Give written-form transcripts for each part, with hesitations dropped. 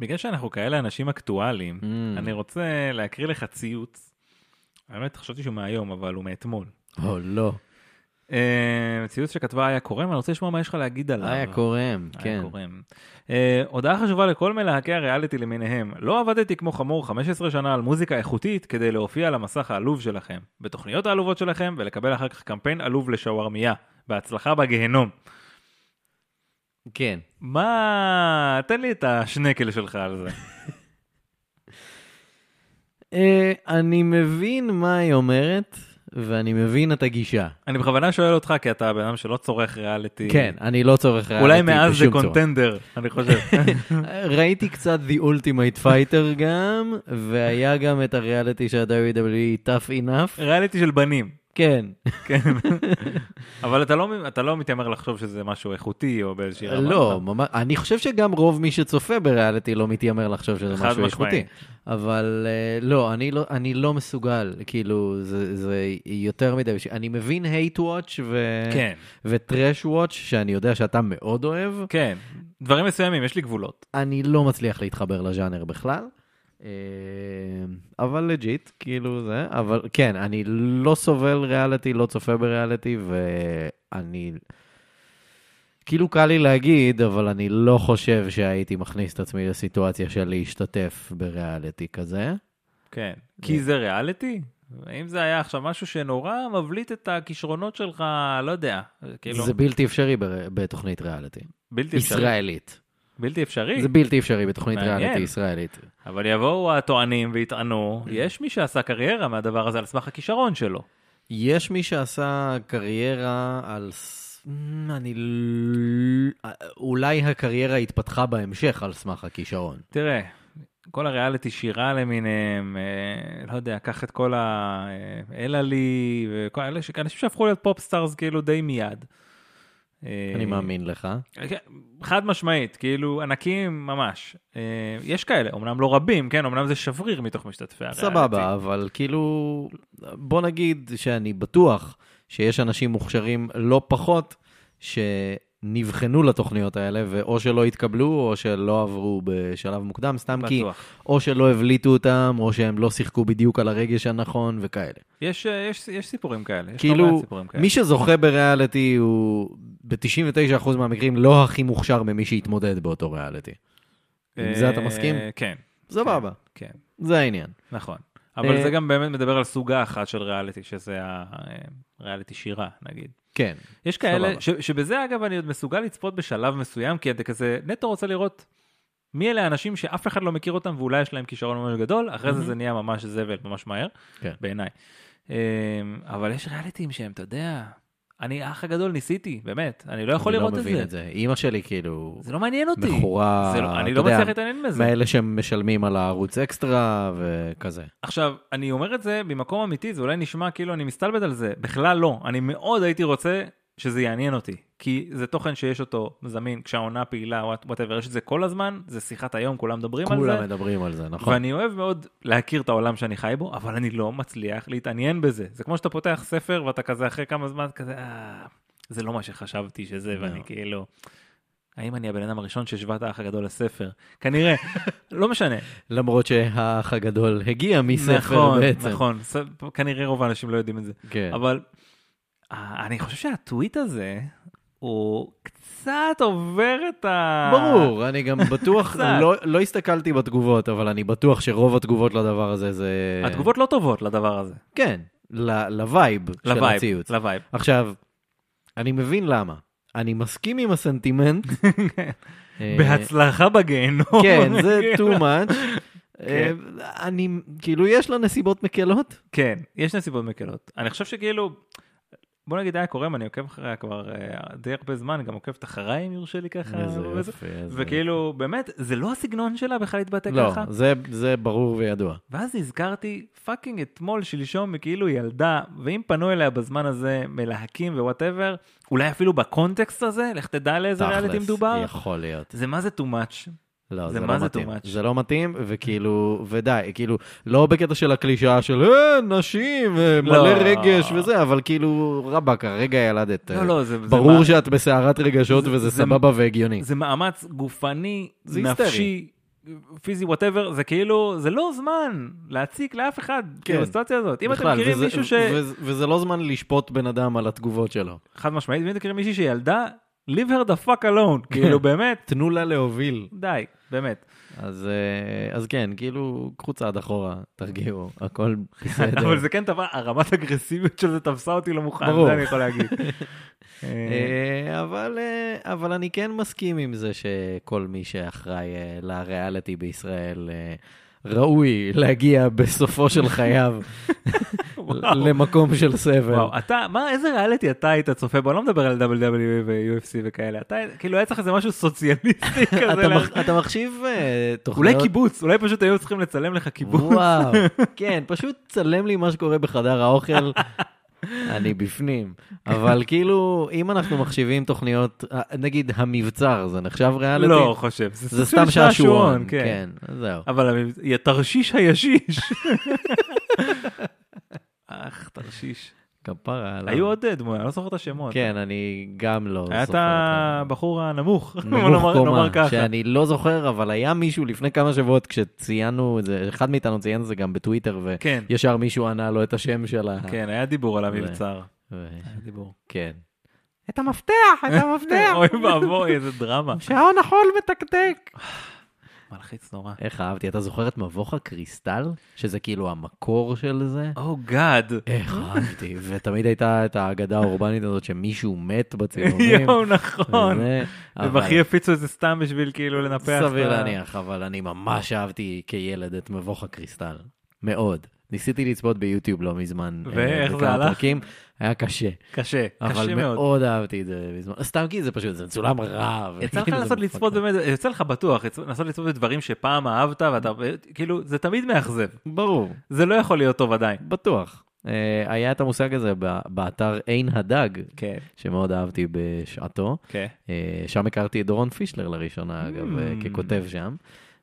בגלל שאנחנו כאלה אנשים אקטואליים, אני רוצה להקריא לך ציוץ. האמת, חשבתי שהוא מהיום, אבל הוא מאתמול. או לא. ציוץ שכתבה היה קורם, אני רוצה לשמוע מה יש לך להגיד עליו. היה קורם, כן. הודעה חשובה לכל מלהקי הריאליטי למיניהם. לא עבדתי כמו חמור 15 שנה על מוזיקה איכותית כדי להופיע על המסך העלוב שלכם, בתוכניות העלובות שלכם, ולקבל אחר כך קמפיין עלוב לשווארמיה. בהצלחה בגהנום. כן. מה... תן לי את השנקל שלך על זה. אני מבין מה היא אומרת, ואני מבין את הגישה. אני בכוונה שואל אותך, כי אתה בן אדם שלא צורך ריאליטי. כן, אני לא צורך ריאליטי. אולי מאז זה קונטנדר, אני חושב. ראיתי קצת The Ultimate Fighter גם, והיה גם את הריאליטי של ה-WWE Tough Enough. ריאליטי של בנים. כן. כן. אבל אתה לא מתיימר לחשוב שזה משהו איכותי או באיזושהי רמה. לא, אני חושב שגם רוב מי שצופה בריאליטי לא מתיימר לחשוב שזה משהו איכותי. אבל לא, אני לא מסוגל, כאילו, זה יותר מדי. אני מבין hate watch וטרש watch, שאני יודע שאתה מאוד אוהב. כן, דברים מסוימים, יש לי גבולות. אני לא מצליח להתחבר לז'אנר בכלל. אבל לג'יט, כאילו זה, אבל כן, אני לא סובל ריאליטי, לא צופה בריאליטי, ואני, כאילו קל לי להגיד, אבל אני לא חושב שהייתי מכניס את עצמי לסיטואציה של להשתתף בריאליטי כזה. כן, כי זה ריאליטי? אם זה היה עכשיו משהו שנורא מבליט את הכישרונות שלך, לא יודע. זה בלתי אפשרי בתוכנית ריאליטי. בלתי אפשרי? ישראלית. בלתי אפשרי? זה בלתי אפשרי בתוכנית ריאליטי ישראלית. אבל יבואו הטוענים ויטענו, יש מי שעשה קריירה מהדבר הזה על סמך הכישרון שלו. יש מי שעשה קריירה על... אולי הקריירה התפתחה בהמשך על סמך הכישרון. תראה, כל הריאליטי שירה למיניהם, לא יודע, קח את כל אלעלי, וכל אלה אנשים שהפכו להיות פופסטארס כאילו די מיד. אני מאמין לך. חד משמעית, כאילו ענקים ממש. יש כאלה, אמנם לא רבים, כן, אמנם זה שבריר מתוך משתתפי הריאליטי. סבבה, אבל כאילו, בוא נגיד שאני בטוח שיש אנשים מוכשרים לא פחות שנבחנו לתוכניות האלה, ואו שלא התקבלו, או שלא עברו בשלב מוקדם, סתם בטוח. כי, או שלא הבליטו אותם, או שהם לא שיחקו בדיוק על הרגש הנכון, וכאלה. יש סיפורים כאלה. כאילו, מי שזוכה בריאליטי הוא ב-99% מהמקרים לא הכי מוכשר ממי שהתמודד באותו ריאליטי. עם זה אתה מסכים? כן. סבבה. כן. זה העניין. נכון. אבל זה גם באמת מדבר על סוגה אחת של ריאליטי, שזה הריאליטי שירה, נגיד. כן. יש כאלה, שבזה אגב אני עוד מסוגל לצפות בשלב מסוים, כי אתה כזה נטו רוצה לראות מי אלה האנשים שאף אחד לא מכיר אותם, ואולי יש להם כישרון ממש גדול, אחרי זה נהיה ממש זבל, ממש מהר, בעיניי. אבל יש ריאליטים שהם, אתה יודע, אני האח הגדול ניסיתי, באמת, אני לא יכול לראות את זה. אני לא מבין את זה. אמא שלי כאילו... זה לא מעניין אותי. בחורה... אני לא מצליח להתעניין בזה. מאלה שמשלמים על הערוץ אקסטרה וכזה. עכשיו, אני אומר את זה במקום אמיתי, זה אולי נשמע כאילו אני מסתלבט על זה. בכלל לא. אני מאוד הייתי רוצה שזה יעניין אותי. כי זה תוכן שיש אותו זמין, כשהעונה פעילה, whatever, יש את זה כל הזמן, זה שיחת היום, כולם מדברים על זה. כולם מדברים על זה, נכון. ואני אוהב מאוד להכיר את העולם שאני חי בו, אבל אני לא מצליח להתעניין בזה. זה כמו שאתה פותח ספר, ואתה כזה אחרי כמה זמן, כזה, זה לא מה שחשבתי שזה, ואני כאילו, האם אני הבן אדם הראשון שהשווה את האח הגדול לספר? כנראה, לא משנה. למרות שהאח הגדול הגיע מספר בעצם. נכון, כנראה רוב האנשים לא יודעים את זה. אבל אני חושב שהטוויט הזה, הוא קצת עובר את ברור, אני גם בטוח, לא הסתכלתי בתגובות, אבל אני בטוח שרוב התגובות לדבר הזה זה... התגובות לא טובות לדבר הזה. כן, לווייב של הציוץ. לווייב. עכשיו, אני מבין למה. אני מסכים עם הסנטימנט. בהצלחה בגיהנום. כן, זה too much. אני, כאילו, יש לה נסיבות מקלות? כן, יש נסיבות מקלות. אני חושב שכאילו... בוא נגיד, היה קורם, אני עוקב אחריה כבר די הרבה זמן, גם עוקבת אחריי, אם יורשה לי ככה. וכאילו, באמת, זה לא הסגנון שלה בכלל להתבטא ככה. לא, זה ברור וידוע. ואז הזכרתי, פאקינג אתמול שלשום, מכאילו ילדה, ואם פנו אליה בזמן הזה מלהקים ווואטאבר, אולי אפילו בקונטקסט הזה, לך תדע לאיזה ריאליטי מדובר. יכול להיות. זה מה זה too much? לא, זה לא מתאים. זה לא מתאים, וכאילו, ודי, כאילו, לא בקטע של הקלישה של, נשים, מלא רגש וזה, אבל כאילו, רבק, הרגע ילדת. ברור שאת בסערת רגשות, וזה סבבה והגיוני. זה מאמץ גופני, נפשי, פיזי, whatever, זה כאילו, זה לא זמן להציק לאף אחד, כאילו, בסיטואציה הזאת. אם אתם מכירים מישהו ש... וזה לא זמן לשפוט בן אדם על התגובות שלו. חד משמעית, ואם אתם מכירים מישהי שילדה, leave her the fuck alone, כאילו, באמת. תנו לה להוביל. די, באמת. אז כן, כאילו, קחו צעד אחורה, תרגיעו, הכל בסדר. אבל זה כן טבע, הרמת אגרסיביות של זה תפסה אותי לא מוכן, זה אני יכול להגיד. אבל אני כן מסכים עם זה שכל מי שאחראי לריאליטי בישראל ראוי להגיע בסופו של חייו למקום של סבל. וואו, אתה, איזה ריאליטי אתה היית צופה בו? אני לא מדבר על WWE ו-UFC וכאלה. אתה, כאילו, היה צריך איזה משהו סוציאליסטי כזה. אתה מחשיב תוכניות... אולי קיבוץ, אולי פשוט היו צריכים לצלם לך קיבוץ. וואו, כן, פשוט צלם לי מה שקורה בחדר האוכל. אני בפנים, אבל כאילו, אם אנחנו מחשיבים תוכניות, נגיד המבצר, זה נחשב ריאליטי? לא חושב, זה סתם שעשועון, כן, זהו. אבל תרשיש הישיש. תרשיש. כפרה. היו עוד דמויות, אני לא זוכר את השמות. כן, אני גם לא זוכר. היה את הבחור הנמוך. נמוך קומה, שאני לא זוכר, אבל היה מישהו לפני כמה שבועות, כשציינו את זה, אחד מאיתנו ציין את זה גם בטוויטר, וישר מישהו ענה לו את השם שלה. כן, היה דיבור על המבצר. היה דיבור. כן. את המפתח, את המפתח. אוי ואבוי, איזה דרמה. שעון החול מתקתק. מלחיץ נורא. איך אהבתי, אתה זוכר את מבוך הקריסטל? שזה כאילו המקור של זה? גאד. איך אהבתי, ותמיד הייתה את האגדה האורבנית הזאת שמישהו מת בצילומים. יואו, נכון. הם הכי הפיצו את זה סתם בשביל כאילו לנפח. סביר להניח, אבל אני ממש אהבתי כילד את מבוך הקריסטל. מאוד. ניסיתי לצפות ביוטיוב לא מזמן. ואיך זה הלך? היה קשה. קשה מאוד. אבל מאוד אהבתי את זה בזמן. סתם כי זה פשוט, זה מצולם רע. יצא לך לנסות לצפות באמת, יוצא לך בטוח, לנסות לצפות בדברים שפעם אהבת, ואתה, כאילו, זה תמיד מאכזב. ברור. זה לא יכול להיות טוב עדיין. בטוח. היה את המושג הזה באתר אין הדג, כן. שמאוד אהבתי בשעתו. כן. שם הכרתי את דורון פישלר לראשונה, אגב, ככותב שם.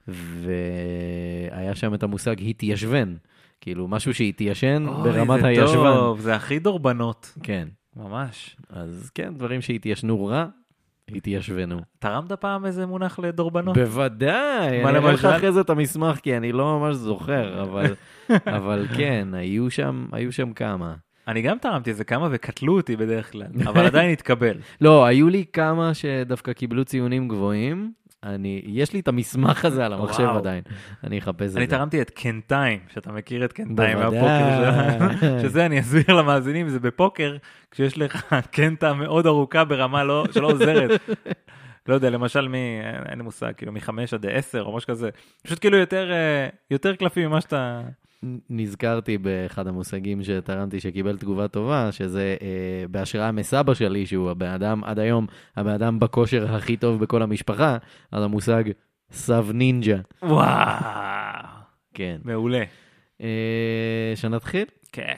והיה שם את המושג התיישבן. כאילו, משהו שהתיישן ברמת הישבן. זה טוב, זה הכי דורבנות. כן. ממש. אז כן, דברים שהתיישנו רע, התיישבנו. תרמת פעם איזה מונח לדורבנות? בוודאי. אני אראה לך אחרי זה את המסמך, כי אני לא ממש זוכר, אבל כן, היו שם כמה. אני גם תרמתי איזה כמה וקטלו אותי בדרך כלל, אבל עדיין התקבל. לא, היו לי כמה שדווקא קיבלו ציונים גבוהים, יש לי את המסמך הזה על המחשב עדיין, אני אחפש את זה. אני תרמתי את קנטיים, שאתה מכיר את קנטיים מהפוקר, שזה אני אסביר למאזינים, זה בפוקר, כשיש לך קנטה מאוד ארוכה ברמה שלא עוזרת. לא יודע, למשל אין לי מושג, כאילו מ5 עד 10 או משהו כזה, פשוט כאילו יותר קלפים ממה שאתה... נזכרתי באחד המושגים שתרמתי שקיבל תגובה טובה, שזה בהשראה מסבא שלי, שהוא הבן אדם, עד היום, הבן אדם בכושר הכי טוב בכל המשפחה, על המושג סב נינג'ה. וואו. כן. מעולה. שנתחיל? כן.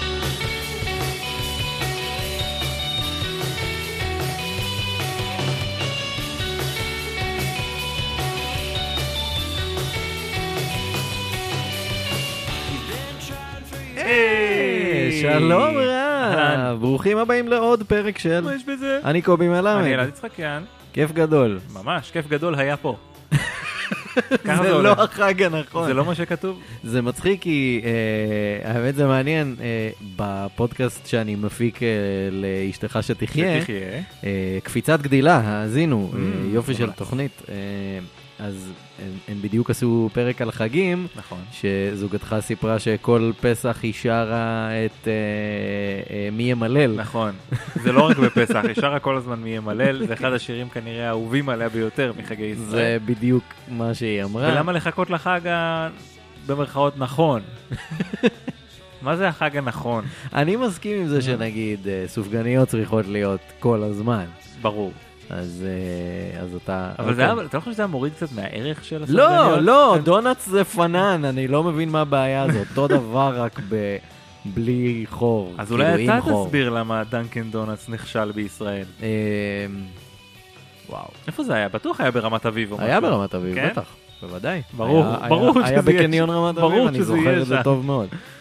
שלום רב, ברוכים הבאים לעוד פרק של... מה יש בזה? אני קובי מלמד. אני אלעד יצחקיאן. כיף גדול. ממש, כיף גדול היה פה. זה לא החג הנכון. זה לא מה שכתוב? זה מצחיק כי האמת זה מעניין, בפודקאסט שאני מפיק לאשתך שתחיה, קפיצת גדילה, האזינו, יופי של תוכנית. אז הם בדיוק עשו פרק על חגים, נכון. שזוגתך סיפרה שכל פסח היא שרה את מי ימלל. נכון, זה לא רק בפסח, היא שרה כל הזמן מי ימלל, זה אחד השירים כנראה האהובים עליה ביותר מחגי ישראל. זה בדיוק מה שהיא אמרה. ולמה לחכות לחג במרכאות נכון? מה זה החג הנכון? אני מסכים עם זה שנגיד סופגניות צריכות להיות כל הזמן. ברור. אז אתה... אבל אתה לא חושב שזה היה מוריד קצת מהערך של הסופגניות? לא, דונאטס זה פנן, אני לא מבין מה הבעיה הזאת. אותו דבר רק בלי חור. אז אולי אתה תסביר למה דנקן דונאטס נכשל בישראל. וואו. איפה זה היה? בטוח היה ברמת אביב או משהו. היה ברמת אביב, בטח. בוודאי. ברור שזה יש. היה בקניון רמת אביב, אני זוכר את זה טוב מאוד.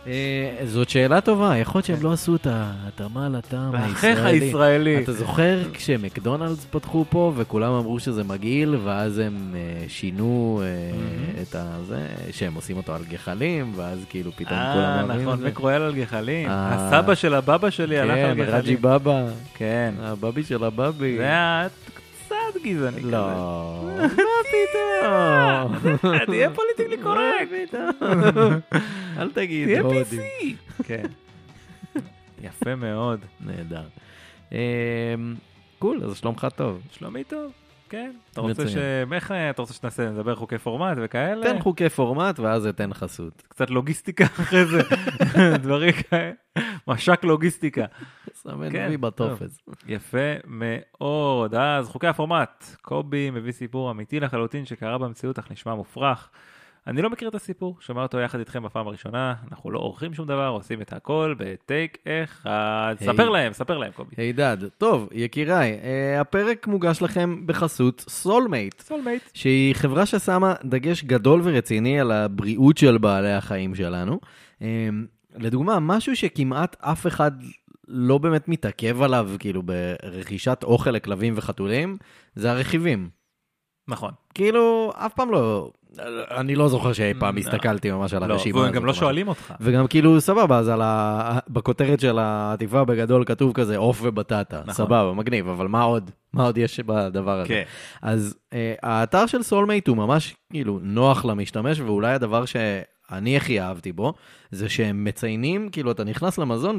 זאת שאלה טובה, יכול להיות שהם לא עשו את ההתאמה לטעם הישראלי. אתה זוכר כשמקדונלדס פתחו פה וכולם אמרו שזה מגעיל, ואז הם שינו את זה, שהם עושים אותו על גחלים, ואז כאילו פתאום כולם אומרים נכון, מקרויאל על גחלים. הסבא של הבבא שלי הלך על גחלים. כן, רג'י בבא. כן. הבבי של הבבי. זה היה קצת גזעני כזה. לא, מה פתאום? תהיה פוליטיקלי קורקט. אל תגיד. תהיה PC. כן. יפה מאוד. נהדר. קול, אז שלומך טוב. שלומי טוב, כן. אתה רוצה שנעשה, נדבר חוקי פורמט וכאלה? תן חוקי פורמט ואז אתן חסות. קצת לוגיסטיקה אחרי זה, דברים כאלה. משק לוגיסטיקה. סמן וי בטופס. יפה מאוד. אז חוקי הפורמט. קובי מביא סיפור אמיתי לחלוטין שקרה במציאות, אך נשמע מופרך. אני לא מכיר את הסיפור, שומע אותו יחד איתכם בפעם הראשונה, אנחנו לא עורכים שום דבר, עושים את הכל בטייק אחד. ספר להם קובי. הידד, טוב, יקיריי, הפרק מוגש לכם בחסות סולמייט. סולמייט. שהיא חברה ששמה דגש גדול ורציני על הבריאות של בעלי החיים שלנו. לדוגמה, משהו שכמעט אף אחד לא באמת מתעכב עליו, כאילו ברכישת אוכל לכלבים וחתולים, זה הרכיבים. נכון. כאילו, אף פעם לא... אני לא זוכר שאי פעם הסתכלתי ממש על הרשימה הזאת. והם גם לא שואלים אותך. וגם כאילו, סבבה, אז בכותרת של העטיפה בגדול כתוב כזה, עוף ובטטה. סבבה, מגניב, אבל מה עוד יש בדבר הזה? אז האתר של סולמייט הוא ממש כאילו נוח למשתמש, ואולי הדבר שאני הכי אהבתי בו, זה שהם מציינים, כאילו אתה נכנס למזון,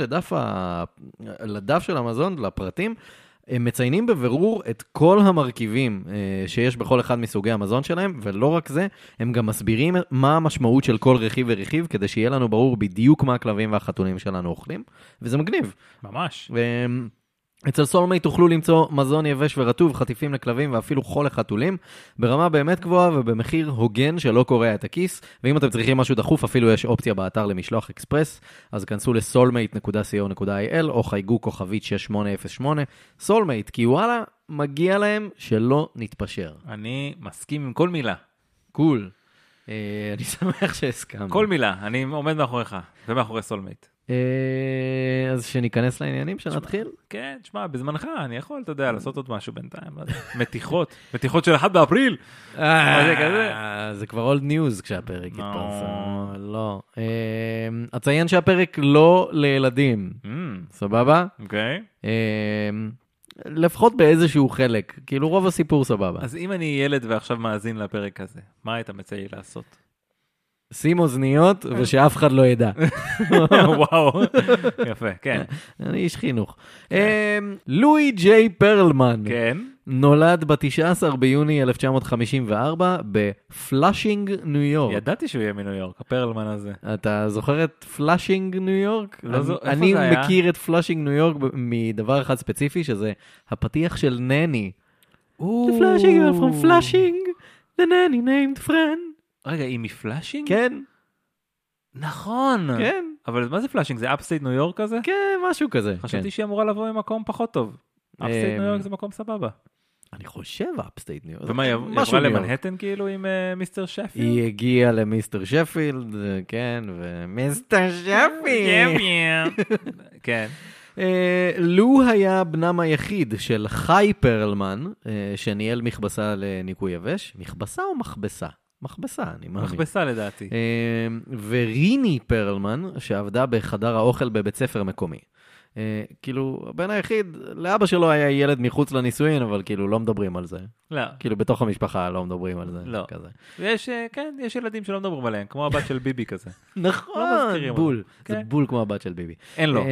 לדף של המזון, לפרטים, הם מציינים בבירור את כל המרכיבים שיש בכל אחד מסוגי המזון שלהם, ולא רק זה, הם גם מסבירים מה המשמעות של כל רכיב ורכיב, כדי שיהיה לנו ברור בדיוק מה הכלבים והחתולים שלנו אוכלים, וזה מגניב. ממש. אצל סולמייט תוכלו למצוא מזון יבש ורטוב, חטיפים לכלבים ואפילו חול לחתולים, ברמה באמת גבוהה ובמחיר הוגן שלא קורע את הכיס, ואם אתם צריכים משהו דחוף, אפילו יש אופציה באתר למשלוח אקספרס, אז כנסו לסולמייט.co.il או חייגו כוכבית 6808, סולמייט, כי וואלה, מגיע להם שלא נתפשר. אני מסכים עם כל מילה. קול. אני שמח שהסכמת. כל מילה, אני עומד מאחוריך ומאחורי סולמייט. אז שניכנס לעניינים, שנתחיל? כן, תשמע, בזמנך אני יכול, אתה יודע, לעשות עוד משהו בינתיים. מתיחות של 1 באפריל. זה כבר אולד ניוז כשהפרק התפרסם. לא. אציין שהפרק לא לילדים. סבבה? אוקיי. לפחות באיזשהו חלק. כאילו רוב הסיפור סבבה. אז אם אני ילד ועכשיו מאזין לפרק הזה, מה היית מציע לעשות? שים אוזניות ושאף אחד לא ידע. וואו, יפה, כן. אני איש חינוך. לואי ג'יי פרלמן. כן. נולד ב-19 ביוני 1954 בפלאשינג, ניו יורק. ידעתי שהוא יהיה מניו יורק, הפרלמן הזה. אתה זוכר את פלאשינג, ניו יורק? אני מכיר את פלאשינג, ניו יורק מדבר אחד ספציפי, שזה הפתיח של נני. The flashing girl from Flushing, the nanny named friend. רגע, היא מפלאשינג? כן. נכון. כן. אבל מה זה פלאשינג? זה אפסטייט ניו יורק כזה? כן, משהו כזה. חשבתי שהיא אמורה לבוא ממקום פחות טוב. אפסטייט ניו יורק זה מקום סבבה. אני חושב אפסטייט ניו יורק. ומה, היא עברה למנהטן כאילו עם מיסטר שפילד? היא הגיעה למיסטר שפילד, כן, ומיסטר שפילד. כן. לו היה בנם היחיד של חי פרלמן, שניהל מכבסה לניקוי יבש. מכבסה או מכבסה? מכבסה, אני מאמין. מכבסה לדעתי. וריני פרלמן, שעבדה בחדר האוכל בבית ספר מקומי. כאילו, הבן היחיד, לאבא שלו היה ילד מחוץ לנישואין, אבל כאילו לא מדברים על זה. לא. כאילו בתוך המשפחה לא מדברים על זה. לא. כזה. ויש, כן, יש ילדים שלא מדברים עליהם, כמו הבת של ביבי כזה. נכון, בול. זה בול כמו הבת של ביבי. אין לו.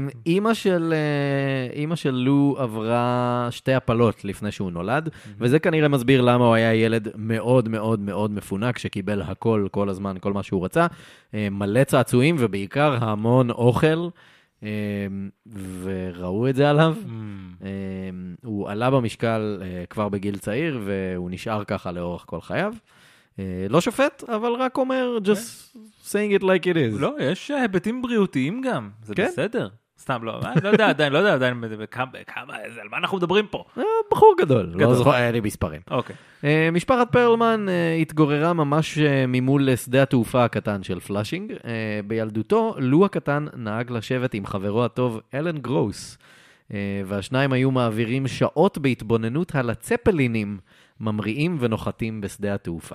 אמא של לו עברה 2 הפלות לפני שהוא נולד, וזה כנראה מסביר למה הוא היה ילד מאוד מאוד מאוד מפונק, שקיבל הכל כל הזמן, כל מה שהוא רצה, מלא צעצועים ובעיקר המון אוכל, וראו את זה עליו. הוא עלה במשקל כבר בגיל צעיר, והוא נשאר ככה לאורך כל חייו. לא שופט, אבל רק אומר, just saying it like it is. לא, יש היבטים בריאותיים גם, זה בסדר. סתם לא יודע עדיין כמה, על מה אנחנו מדברים פה? בחור גדול, לא זוכר, היה לי מספרים. אוקיי. משפחת פרלמן התגוררה ממש ממול שדה התעופה הקטן של פלאשינג. בילדותו, לו הקטן נהג לשבת עם חברו הטוב אלן גרוס, והשניים היו מעבירים שעות בהתבוננות על הצפלינים ממריאים ונוחתים בשדה התעופה.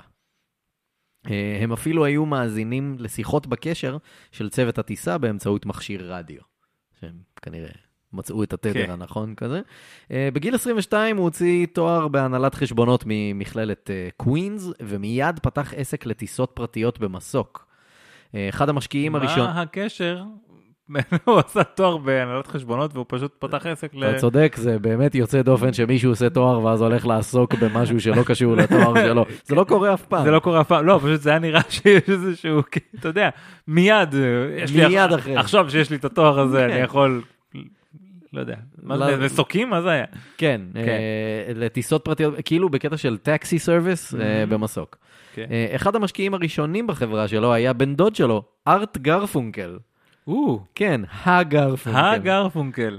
הם אפילו היו מאזינים לשיחות בקשר של צוות הטיסה באמצעות מכשיר רדיו, שהם כנראה מצאו את התדר הנכון כזה. בגיל 22 הוא הוציא תואר בהנהלת חשבונות ממכללת קווינס, ומיד פתח עסק לטיסות פרטיות במסוק. אחד המשקיעים הראשון... מה הקשר? הוא עשה תואר בהנהלת חשבונות והוא פשוט פתח עסק אתה צודק, זה באמת יוצא דופן שמישהו עושה תואר ואז הולך לעסוק במשהו שלא קשור לתואר שלו. זה לא קורה אף פעם. זה לא קורה אף פעם, לא, פשוט זה היה נראה שיש איזשהו, אתה יודע, מיד אחרי. עכשיו שיש לי את התואר הזה, אני יכול, לא יודע, מסוקים? מה זה היה? כן, לטיסות פרטיות, כאילו בקטע של טקסי סרוויס במסוק. אחד המשקיעים הראשונים בחברה שלו היה בן דוד שלו, ארט גרפונקל. כן, הגרפונקל.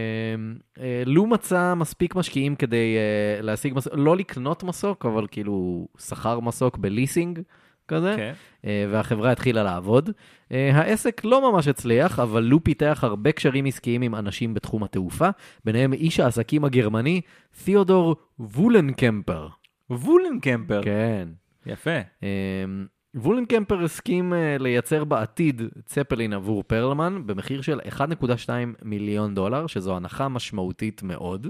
לו מצא מספיק משקיעים כדי להשיג מסוק, לא לקנות מסוק, אבל כאילו שכר מסוק בליסינג כזה, והחברה התחילה לעבוד. העסק לא ממש הצליח, אבל לו פיתח הרבה קשרים עסקיים עם אנשים בתחום התעופה, ביניהם איש העסקים הגרמני, תיאודור וולנקמפר. וולנקמפר? כן. יפה. וולנקמפר הסכים לייצר בעתיד צפלין עבור פרלמן במחיר של $1.2 מיליון, שזו הנחה משמעותית מאוד.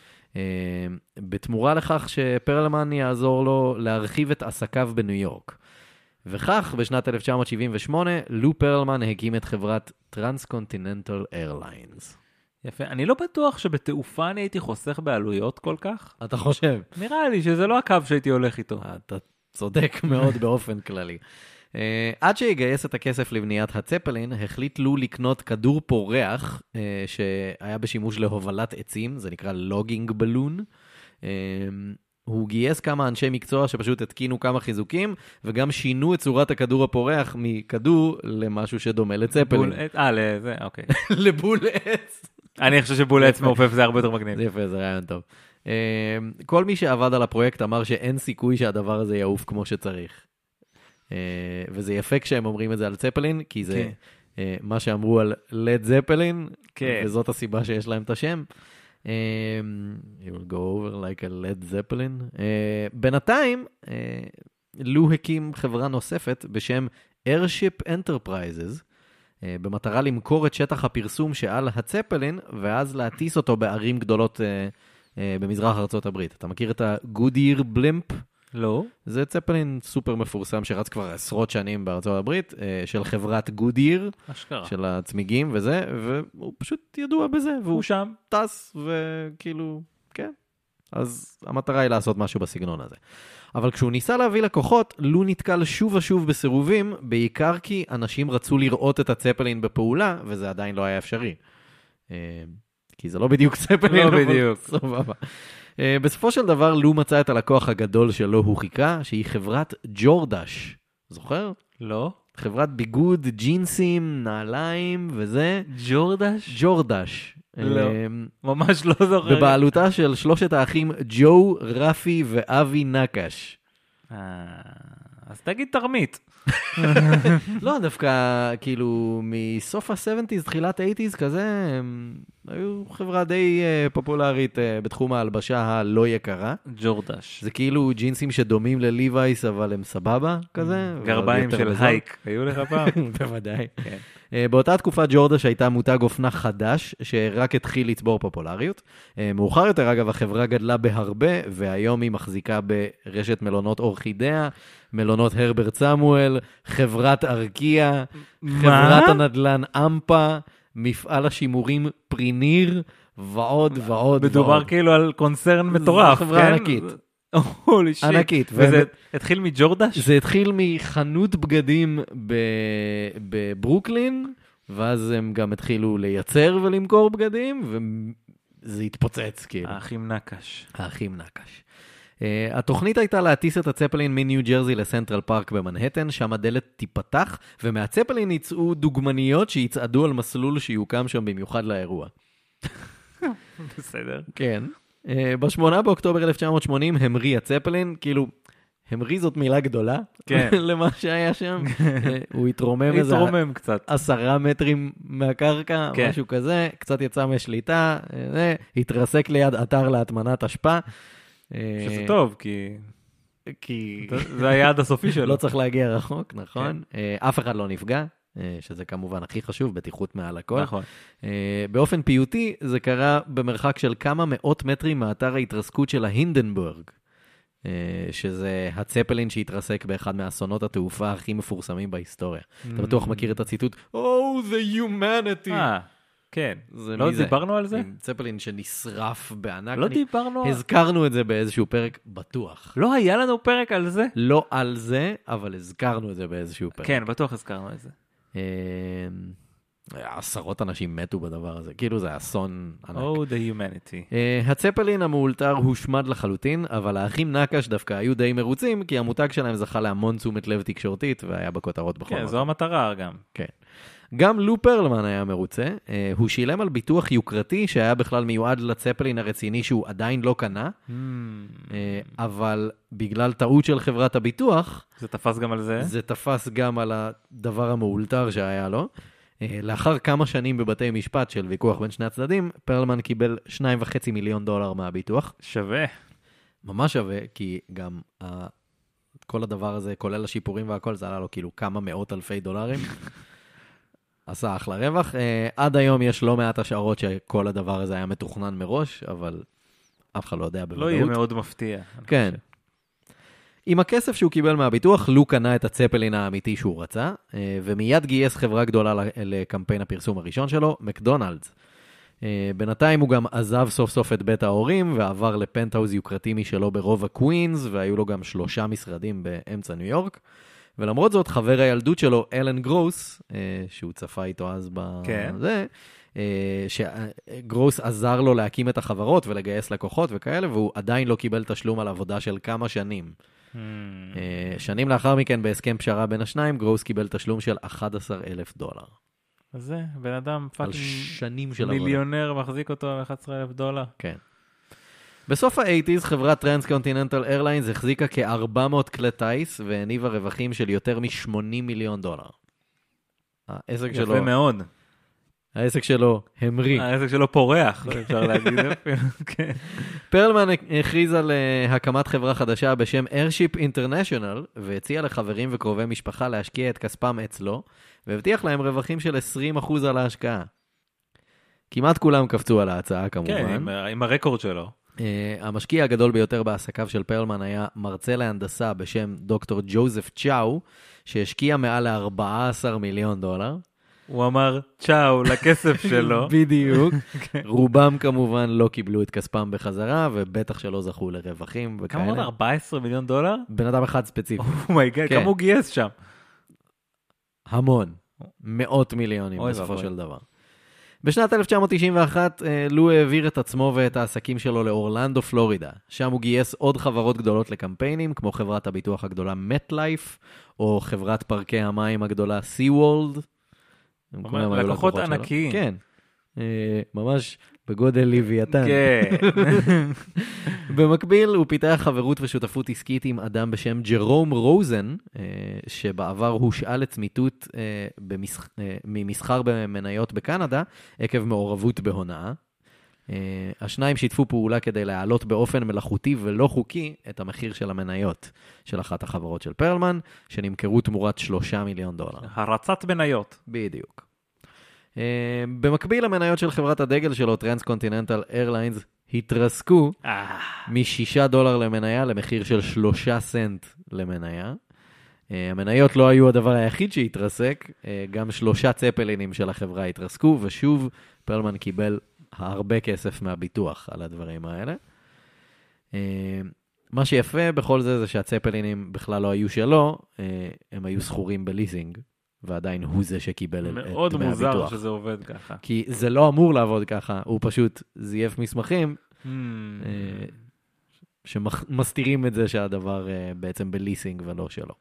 בתמורה לכך שפרלמן יעזור לו להרחיב את עסקיו בניו יורק. וכך, בשנת 1978, לו פרלמן הקים את חברת טרנס-קונטיננטל איירליינס. יפה. אני לא בטוח שבתעופה אני הייתי חוסך בעלויות כל כך. אתה חושב? נראה לי שזה לא הקו שהייתי הולך איתו. אתה צודק מאוד באופן כללי. עד שיגייס את הכסף לבניית הצפלין, החליט לו לקנות כדור פורח, שהיה בשימוש להובלת עצים, זה נקרא לוגינג בלון. הוא גייס כמה אנשי מקצוע שפשוט התקינו כמה חיזוקים, וגם שינו את צורת הכדור הפורח מכדור למשהו שדומה לצפלין. לזה, אוקיי. לבול עץ. אני חושב שבול עץ מעופף זה הרבה יותר מגניב. זה יפה, זה רעיון טוב. כל מי שעבד על הפרויקט אמר שאין סיכוי שהדבר הזה יעוף כמו שצריך. וזה יפה כשהם אומרים את זה על צפלין, כי זה מה שאמרו על לד זפלין, וזאת הסיבה שיש להם את השם. You will go over like a Led Zeppelin. בינתיים, לו הקים חברה נוספת בשם Airship Enterprises, במטרה למכור את שטח הפרסום שעל הצפלין, ואז להטיס אותו בערים גדולות במזרח ארצות הברית. אתה מכיר את ה-Goodyear Blimp? לא. זה צפלין סופר מפורסם שרץ כבר עשרות שנים בארצות הברית, של חברת Goodyear, של הצמיגים וזה, והוא פשוט ידוע בזה, והוא שם טס, וכאילו, כן. אז המטרה היא לעשות משהו בסגנון הזה. אבל כשהוא ניסה להביא לקוחות, לו נתקל שוב ושוב בסירובים, בעיקר כי אנשים רצו לראות את הצפלין בפעולה, וזה עדיין לא היה אפשרי. כי זה לא בדיוק צפלין. לא בדיוק. סבבה. בסופו של דבר, לו מצא את הלקוח הגדול שלו הוא חיכה, שהיא חברת ג'ורדש. זוכר? לא. חברת ביגוד, ג'ינסים, נעליים וזה. ג'ורדש? ג'ורדש. לא, ממש לא זוכר. בבעלותה של שלושת האחים ג'ו, רפי ואבי נקש. אז תגיד תרמית. לא, דווקא כאילו מסוף ה-70s, תחילת ה-80s כזה, הם היו חברה די פופולרית בתחום ההלבשה הלא יקרה. ג'ורדש. זה כאילו ג'ינסים שדומים לליווייס, אבל הם סבבה כזה. גרביים של הייק. היו לך פעם? בוודאי. באותה תקופה ג'ורדש הייתה מותג אופנה חדש, שרק התחיל לצבור פופולריות. מאוחר יותר, אגב, החברה גדלה בהרבה, והיום היא מחזיקה ברשת מלונות אורחידאה, מלונות הרברט סמואל, חברת ארקיה, חברת הנדלן אמפה, מפעל השימורים פריניר, ועוד ועוד. מדובר כאילו על קונצרן מטורף. זו חברה ענקית. ענקית. וזה התחיל מג'ורדש? זה התחיל מחנות בגדים בברוקלין, ואז הם גם התחילו לייצר ולמכור בגדים, וזה התפוצץ כאילו. האחים נקש. האחים נקש. התוכנית הייתה להטיס את הצפלין מניו ג'רזי לסנטרל פארק במנהטן, שם הדלת תיפתח, ומהצפלין יצאו דוגמניות שיצעדו על מסלול שיוקם שם במיוחד לאירוע. בסדר. כן. ב-8 באוקטובר 1980 המריא הצפלין, כאילו, המריא זאת מילה גדולה, כן. למה שהיה שם. הוא התרומם איזה 10 מטרים מהקרקע, כן. משהו כזה, קצת יצא משליטה, התרסק ליד אתר להטמנת אשפה. שזה טוב, כי זה היעד הסופי שלו. לא צריך להגיע רחוק, נכון. אף אחד לא נפגע, שזה כמובן הכי חשוב, בטיחות מעל הכל. נכון. באופן פיוטי, זה קרה במרחק של כמה מאות מטרים מאתר ההתרסקות של ההינדנבורג, שזה הצפלין שהתרסק באחד מאסונות התעופה הכי מפורסמים בהיסטוריה. אתה בטוח מכיר את הציטוט, Oh, the humanity. כן. לא דיברנו על זה? צפלין שנשרף בענק. לא דיברנו? הזכרנו את זה באיזשהו פרק בטוח. לא היה לנו פרק על זה? לא על זה, אבל הזכרנו את זה באיזשהו פרק. כן, בטוח הזכרנו את זה. 10 אנשים מתו בדבר הזה, כאילו זה אסון ענק. Oh, the humanity. הצפלין המאולתר הושמד לחלוטין, אבל האחים נקש דווקא היו די מרוצים, כי המותג שלהם זכה להמון תשומת לב תקשורתית, והיה בכותרות בכל כן, זו המטרה גם. כן. גם לו פרלמן היה מרוצה, הוא שילם על ביטוח יוקרתי שהיה בכלל מיועד לצפלין הרציני שהוא עדיין לא קנה, אבל בגלל טעות של חברת הביטוח, זה תפס גם על זה? זה תפס גם על הדבר המאולתר שהיה לו. לאחר כמה שנים בבתי משפט של ויכוח בין שני הצדדים, פרלמן קיבל $2.5 מיליון מהביטוח. שווה. ממש שווה, כי גם כל הדבר הזה, כולל השיפורים והכל, זה עלה לו כאילו כמה מאות אלפי דולרים. עשה אחלה רווח. עד היום יש לא מעט השערות שכל הדבר הזה היה מתוכנן מראש, אבל אף אחד לא יודע בוודאות. לא יהיה מאוד מפתיע. כן. עם הכסף שהוא קיבל מהביטוח, לו קנה את הצפלין האמיתי שהוא רצה, ומיד גייס חברה גדולה לקמפיין הפרסום הראשון שלו, מקדונלדס. בינתיים הוא גם עזב סוף סוף את בית ההורים, ועבר לפנטהאוז יוקרתי משלו ברוב הקווינס, והיו לו גם 3 משרדים באמצע ניו יורק. ולמרות זאת, חבר הילדות שלו, אלן גרוס, שהוא צפה איתו אז בזה, שגרוס עזר לו להקים את החברות ולגייס לקוחות וכאלה, והוא עדיין לא קיבל תשלום על עבודה של כמה שנים. שנים לאחר מכן, בהסכם פשרה בין השניים, גרוס קיבל תשלום של $11,000. אז זה, בן אדם על שנים של עבודה. מיליונר מחזיק אותו $11,000. כן. בסוף ה-80s, חברת טרנס-קונטיננטל איירליינס החזיקה כ-400 כלי טייס, והניבה רווחים של יותר $80 מיליון. העסק שלו... יפה מאוד. העסק שלו המריא. העסק שלו פורח, אפשר להגיד. פרלמן הכריז על הקמת חברה חדשה בשם Airship International, והציע לחברים וקרובי משפחה להשקיע את כספם אצלו, והבטיח להם רווחים של 20% על ההשקעה. כמעט כולם קפצו על ההצעה כמובן. כן, עם הרקורד שלו. המשקיע הגדול ביותר בעסקיו של פרלמן היה מרצה להנדסה בשם דוקטור ג'וזף צ'או, שהשקיע מעל $14 מיליון. הוא אמר צ'או לכסף שלו. בדיוק. רובם כמובן לא קיבלו את כספם בחזרה, ובטח שלא זכו לרווחים וכאלה. כמה $14 מיליון? בן אדם אחד ספציפי. אומייגאד, כמה הוא גייס שם? המון. מאות מיליונים בסופו של דבר. בשנת 1991, לו העביר את עצמו ואת העסקים שלו לאורלנדו, פלורידה. שם הוא גייס עוד חברות גדולות לקמפיינים, כמו חברת הביטוח הגדולה MetLife, או חברת פארקי המים הגדולה SeaWorld. לקוחות ענקיים. כן. ממש בגודל לוויתן. כן. במקביל, הוא פיתח חברות ושותפות עסקית עם אדם בשם ג'רום רוזן, שבעבר הושאל לצמיתות ממסחר במניות בקנדה, עקב מעורבות בהונאה. השניים שיתפו פעולה כדי להעלות באופן מלאכותי ולא חוקי את המחיר של המניות של אחת החברות של פרלמן, שנמכרו תמורת $3 מיליון. הרצת מניות. בדיוק. במקביל המניות של חברת הדגל שלו, טרנס-קונטיננטל איירליינס, התרסקו $6 למניה למחיר של 3 סנט למניה. המניות לא היו הדבר היחיד שהתרסק, גם 3 צפלינים של החברה התרסקו, ושוב פרלמן קיבל הרבה כסף מהביטוח על הדברים האלה. מה שיפה בכל זה שהצפלינים בכלל לא היו שלו, הם היו סחורים בליסינג, ועדיין הוא זה שקיבל את דמי הביטוח. מאוד מוזר שזה עובד ככה. כי זה לא אמור לעבוד ככה, הוא פשוט זייף מסמכים, שמסתירים את זה שהדבר בעצם בליסינג ולא שלו.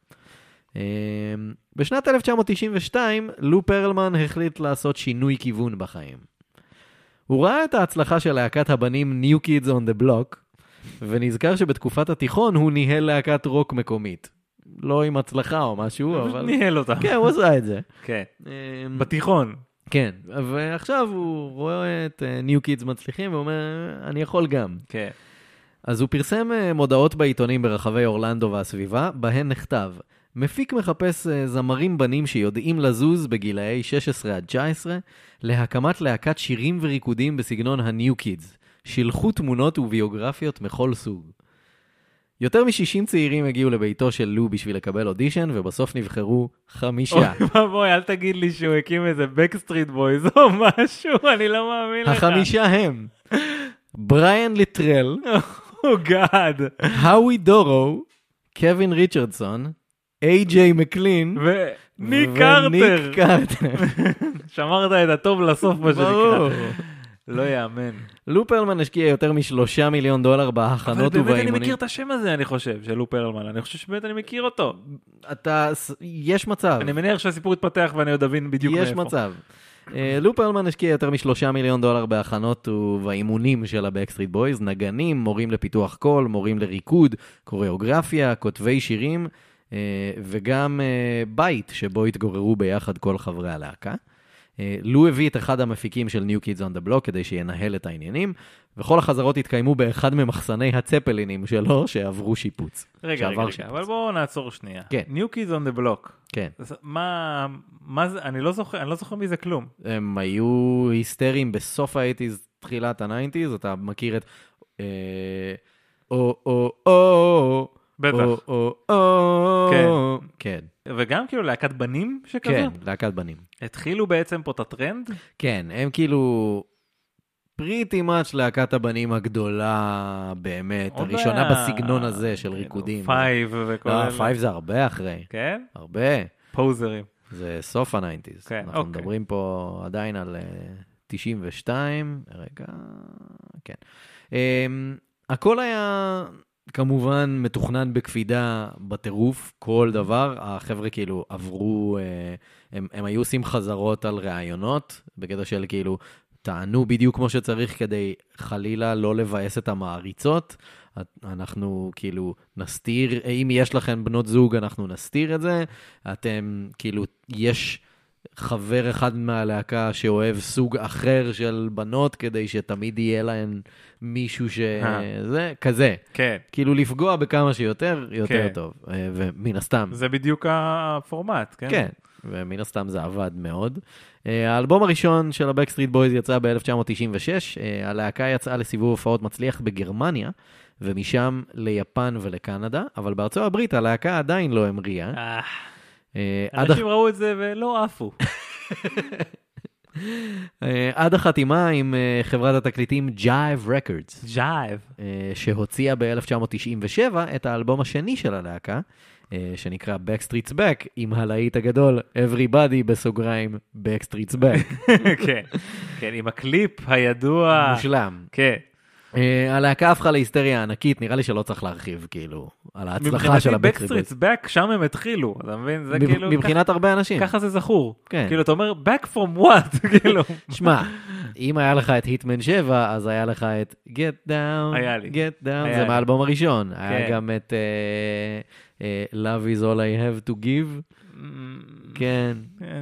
בשנת 1992, לו פרלמן החליט לעשות שינוי כיוון בחיים. הוא ראה את ההצלחה של להקת הבנים New Kids on the Block, ונזכר שבתקופת התיכון הוא ניהל להקת רוק מקומית. לא עם הצלחה או משהו, אבל... ניהל אותה. כן, הוא עשה את זה. כן. בתיכון. כן, ועכשיו הוא רואה את New Kids מצליחים, והוא אומר, אני יכול גם. כן. אז הוא פרסם מודעות בעיתונים ברחבי אורלנדו והסביבה, בהן נכתב, מפיק מחפש זמרים בנים שיודעים לזוז בגילאי 16 עד 19, להקמת להקת שירים וריקודים בסגנון ה-New Kids. שילחו תמונות וביוגרפיות מכל סוג. יותר מ-60 צעירים הגיעו לביתו של לו בשביל לקבל אודישן, ובסוף נבחרו 5. בואי, אל תגיד לי שהוא הקים איזה בקסטריט בויז או משהו, אני לא מאמין לך. 5 הם בריאן ליטרל, גאד, האווי דורו, קווין ריצ'רדסון, איי-ג'יי מקלין, וניק קרטר. שמרת את הטוב לסוף מה שנקרא. לא יאמן. לו פרלמן השקיע יותר $3 מיליון בהכנות ובאימונים. אבל באמת אני מכיר את השם הזה, אני חושב, של לו פרלמן. אני חושב שבאמת אני מכיר אותו. יש מצב. אני מניח שהסיפור יתפתח ואני עוד אבין בדיוק מאיפה. יש מצב. לו פרלמן השקיע יותר $3 מיליון בהכנות ובאימונים של הבקסטריט בויז, נגנים, מורים לפיתוח קול, מורים לריקוד, קוריאוגרפיה, כותבי שירים, וגם בית שבו התגוררו ביחד כל חברי הלהקה. לו הביא את אחד המפיקים של New Kids on the Block כדי שינהל את העניינים, וכל החזרות התקיימו באחד ממחסני הצפלינים שלו שעברו שיפוץ. רגע, אבל בואו נעצור שנייה. כן. New Kids on the Block. כן. מה זה? אני לא זוכר מזה כלום. הם היו היסטריים בסוף ה-80s, תחילת ה-90s, אתה מכיר את... בטח. כן. וגם כאילו להקת בנים שכזו? כן, להקת בנים. התחילו בעצם פה את הטרנד? כן, הם כאילו pretty much להקת הבנים הגדולה באמת, הראשונה בסגנון הזה של ריקודים. פייב וכל אלה. לא, פייב זה הרבה אחרי. כן? הרבה. פוזרים. זה סוף ה-90s. אנחנו מדברים פה עדיין על 92, רגע, כן. הכל היה... כמובן מתוכנן בקפידה בטירוף, כל דבר. החבר'ה כאילו עברו, הם היו עושים חזרות על רעיונות, בקטע של כאילו, טענו בדיוק כמו שצריך כדי חלילה לא לבאס את המעריצות. אנחנו כאילו נסתיר, אם יש לכם בנות זוג, אנחנו נסתיר את זה. אתם כאילו, יש... חבר אחד מהלהקה שאוהב סוג אחר של בנות, כדי שתמיד יהיה להן מישהו שזה, כזה. כן. כאילו לפגוע בכמה שיותר, יותר טוב. ומן הסתם. זה בדיוק הפורמט, כן? כן, ומן הסתם זה עבד מאוד. האלבום הראשון של הבקסטריט בויז יצא ב-1996, הלהקה יצאה לסיבוב הופעות מצליח בגרמניה, ומשם ליפן ולקנדה, אבל בארצות הברית הלהקה עדיין לא המריאה. אנשים ראו את זה ולא עפו. עד החתימה עם חברת התקליטים Jive Records. Jive. שהוציאה ב-1997 את האלבום השני של הלהקה, שנקרא Backstreet's Back, עם הלהיט הגדול, Everybody בסוגריים, Backstreet's Back. כן, כן, עם הקליפ הידוע. מושלם. כן. הלהקה הפכה להיסטריה ענקית, נראה לי שלא צריך להרחיב, כאילו, על ההצלחה של הבקסטריט בויז. מבחינתי Backstreet's Back, שם הם התחילו, אתה מבין? זה כאילו... מבחינת הרבה אנשים. ככה זה זכור. כאילו, אתה אומר, Back from what? כאילו... שמע, אם היה לך את היטמן 7, אז היה לך את Get Down, Get Down, זה מהאלבום הראשון. היה גם את Love is all I have to give. כן.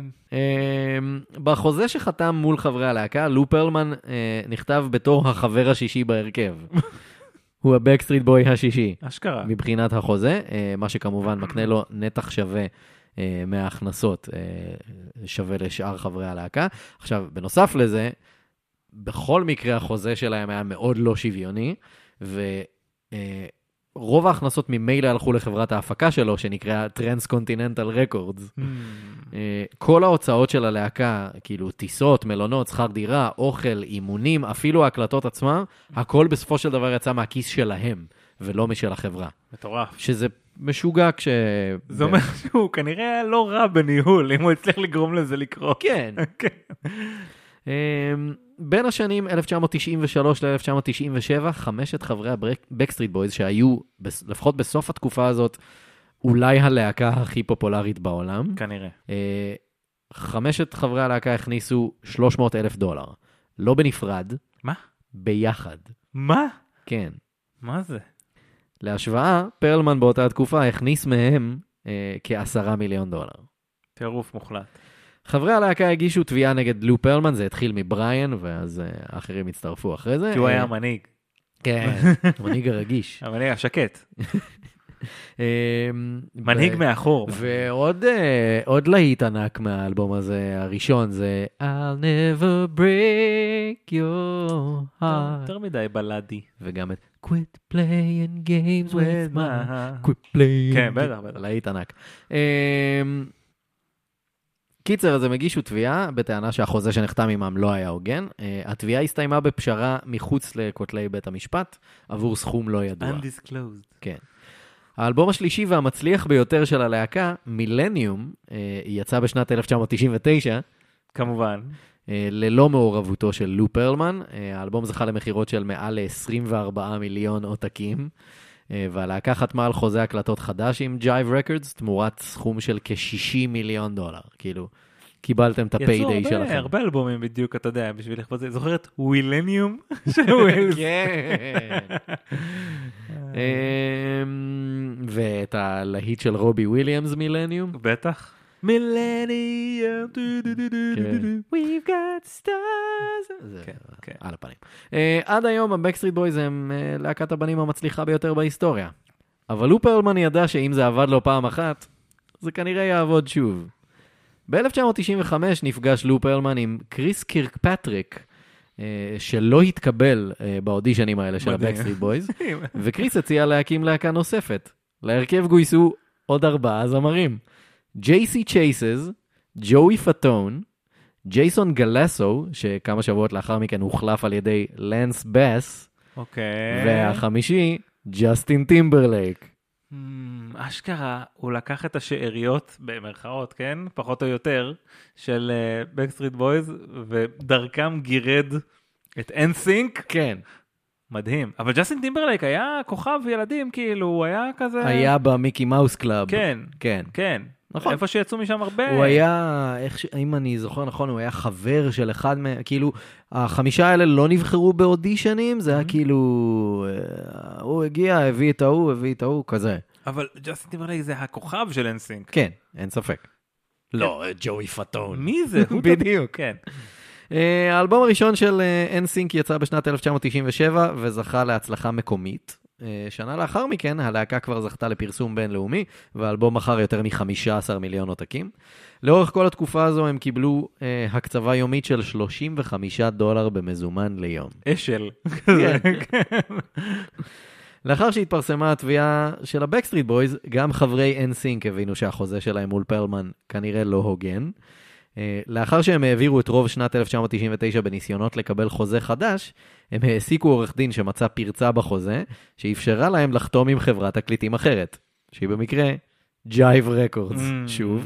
בחוזה שחתם מול חברי הלהקה, לו פרלמן נכתב בתור החבר השישי בהרכב. הוא הבקסטריט בוי השישי. אשכרה. מבחינת החוזה, מה שכמובן מקנה לו נתח שווה מההכנסות, שווה לשאר חברי הלהקה. עכשיו, בנוסף לזה, בכל מקרה החוזה שלהם היה מאוד לא שוויוני, רוב ההכנסות ממילא הלכו לחברת ההפקה שלו, שנקרא Transcontinental Records. כל ההוצאות של הלהקה, כאילו טיסות, מלונות, שכר דירה, אוכל, אימונים, אפילו ההקלטות עצמם, הכל בסופו של דבר יצא מהכיס שלהם, ולא משל החברה. מטורף. שזה משוגע כש... זה אומר שהוא כנראה לא רע בניהול, אם הוא הצליח לגרום לזה לקרות. כן. בין השנים 1993 ל-1997, 5 חברי הבקסטריט בויז, שהיו, לפחות בסוף התקופה הזאת, אולי הלהקה הכי פופולרית בעולם. כנראה. 5 חברי הלהקה הכניסו $300,000. לא בנפרד. מה? ביחד. מה? כן. מה זה? להשוואה, פרלמן באותה התקופה הכניס מהם $10 מיליון. טירוף מוחלט. חברי הלהקה הגישו תביעה נגד לו פרלמן, זה התחיל מבריין, ואז האחרים הצטרפו אחרי זה. כי הוא היה המנהיג. כן, המנהיג הרגיש. המנהיג השקט. מנהיג מאחור. ועוד להיט ענק מהאלבום הזה, הראשון זה I'll never break your heart. יותר מדי בלדי. וגם את Quit playing games with my Quit playing. כן, בטח, בטח. להיט ענק. קיצר, אז הם הגישו תביעה, בטענה שהחוזה שנחתם עמם לא היה הוגן. התביעה הסתיימה בפשרה מחוץ לכותלי בית המשפט, עבור סכום לא ידוע. Undisclosed. כן. האלבום השלישי והמצליח ביותר של הלהקה, מילניום, יצא בשנת 1999. כמובן. ללא מעורבותו של לו פרלמן. האלבום זכה למחירות של מעל ל-24 מיליון עותקים. והלהקה חתמה על חוזה הקלטות חדש עם ג'ייב רקורדס, תמורת סכום של $60 מיליון. כאילו, קיבלתם את הפיידיי שלכם. יצאו הרבה אלבומים בדיוק, אתה יודע, בשביל לכבוד זה. זוכרת ווילניום של ווילס? כן. ואת הלהיט של רובי וויליאמס, מילניום? בטח. מילניום. We've got stars. זה על הפנים. עד היום הבקסטריט בויז הם להקת הבנים המצליחה ביותר בהיסטוריה. אבל לו פרלמן ידע שאם זה עבד לו פעם אחת, זה כנראה יעבוד שוב. ב-1995 נפגש לו פרלמן עם קריס קירקפטריק, שלא התקבל באודישנים האלה של הבקסטריט בויז, וקריס הציע להקים להקה נוספת. להרכב גויסו עוד 4 זמרים. ג'ייסי צ'ייסס, ג'וי פטון, ג'ייסון גלסו, שכמה שבועות לאחר מכן הוחלף על ידי לנס בס, והחמישי, ג'סטין טימברלייק. אשכרה, הוא לקח את השאריות, במרכאות, כן? פחות או יותר, של בקסטריט בויז, ודרכם גירד את NSYNC. כן. מדהים. אבל ג'סטין טימברלייק היה כוכב ילדים, כאילו, הוא היה כזה... היה במיקי מאוס קלאב. כן. כן. כן. נכון. איפה שיצאו משם הרבה. הוא היה, אם אני זוכר נכון, הוא היה חבר של אחד כאילו, 5 האלה לא נבחרו באודישנים, זה היה כאילו, הוא הגיע, הביא את ההוא, כזה. אבל ג'סטין טימברלייק זה הכוכב של NSYNC. כן, אין ספק. לא, ג'וי פטון. מי זה? בדיוק. כן. האלבום הראשון של NSYNC יצא בשנת 1997, וזכה להצלחה מקומית. שנה לאחר מכן, הלהקה כבר זכתה לפרסום בינלאומי, והאלבום מכר יותר מ-15 מיליון עותקים. לאורך כל התקופה הזו הם קיבלו הקצבה יומית של $35 במזומן ליום. אשל. לאחר שהתפרסמה התביעה של הבקסטריט בויז, גם חברי NSYNC הבינו שהחוזה שלהם מול פרלמן כנראה לא הוגן. לאחר שהם העבירו את רוב שנת 1999 בניסיונות לקבל חוזה חדש, הם העסיקו עורך דין שמצא פרצה בחוזה, שאפשרה להם לחתום עם חברת תקליטים אחרת, שהיא במקרה ג'ייב רקורדס, שוב.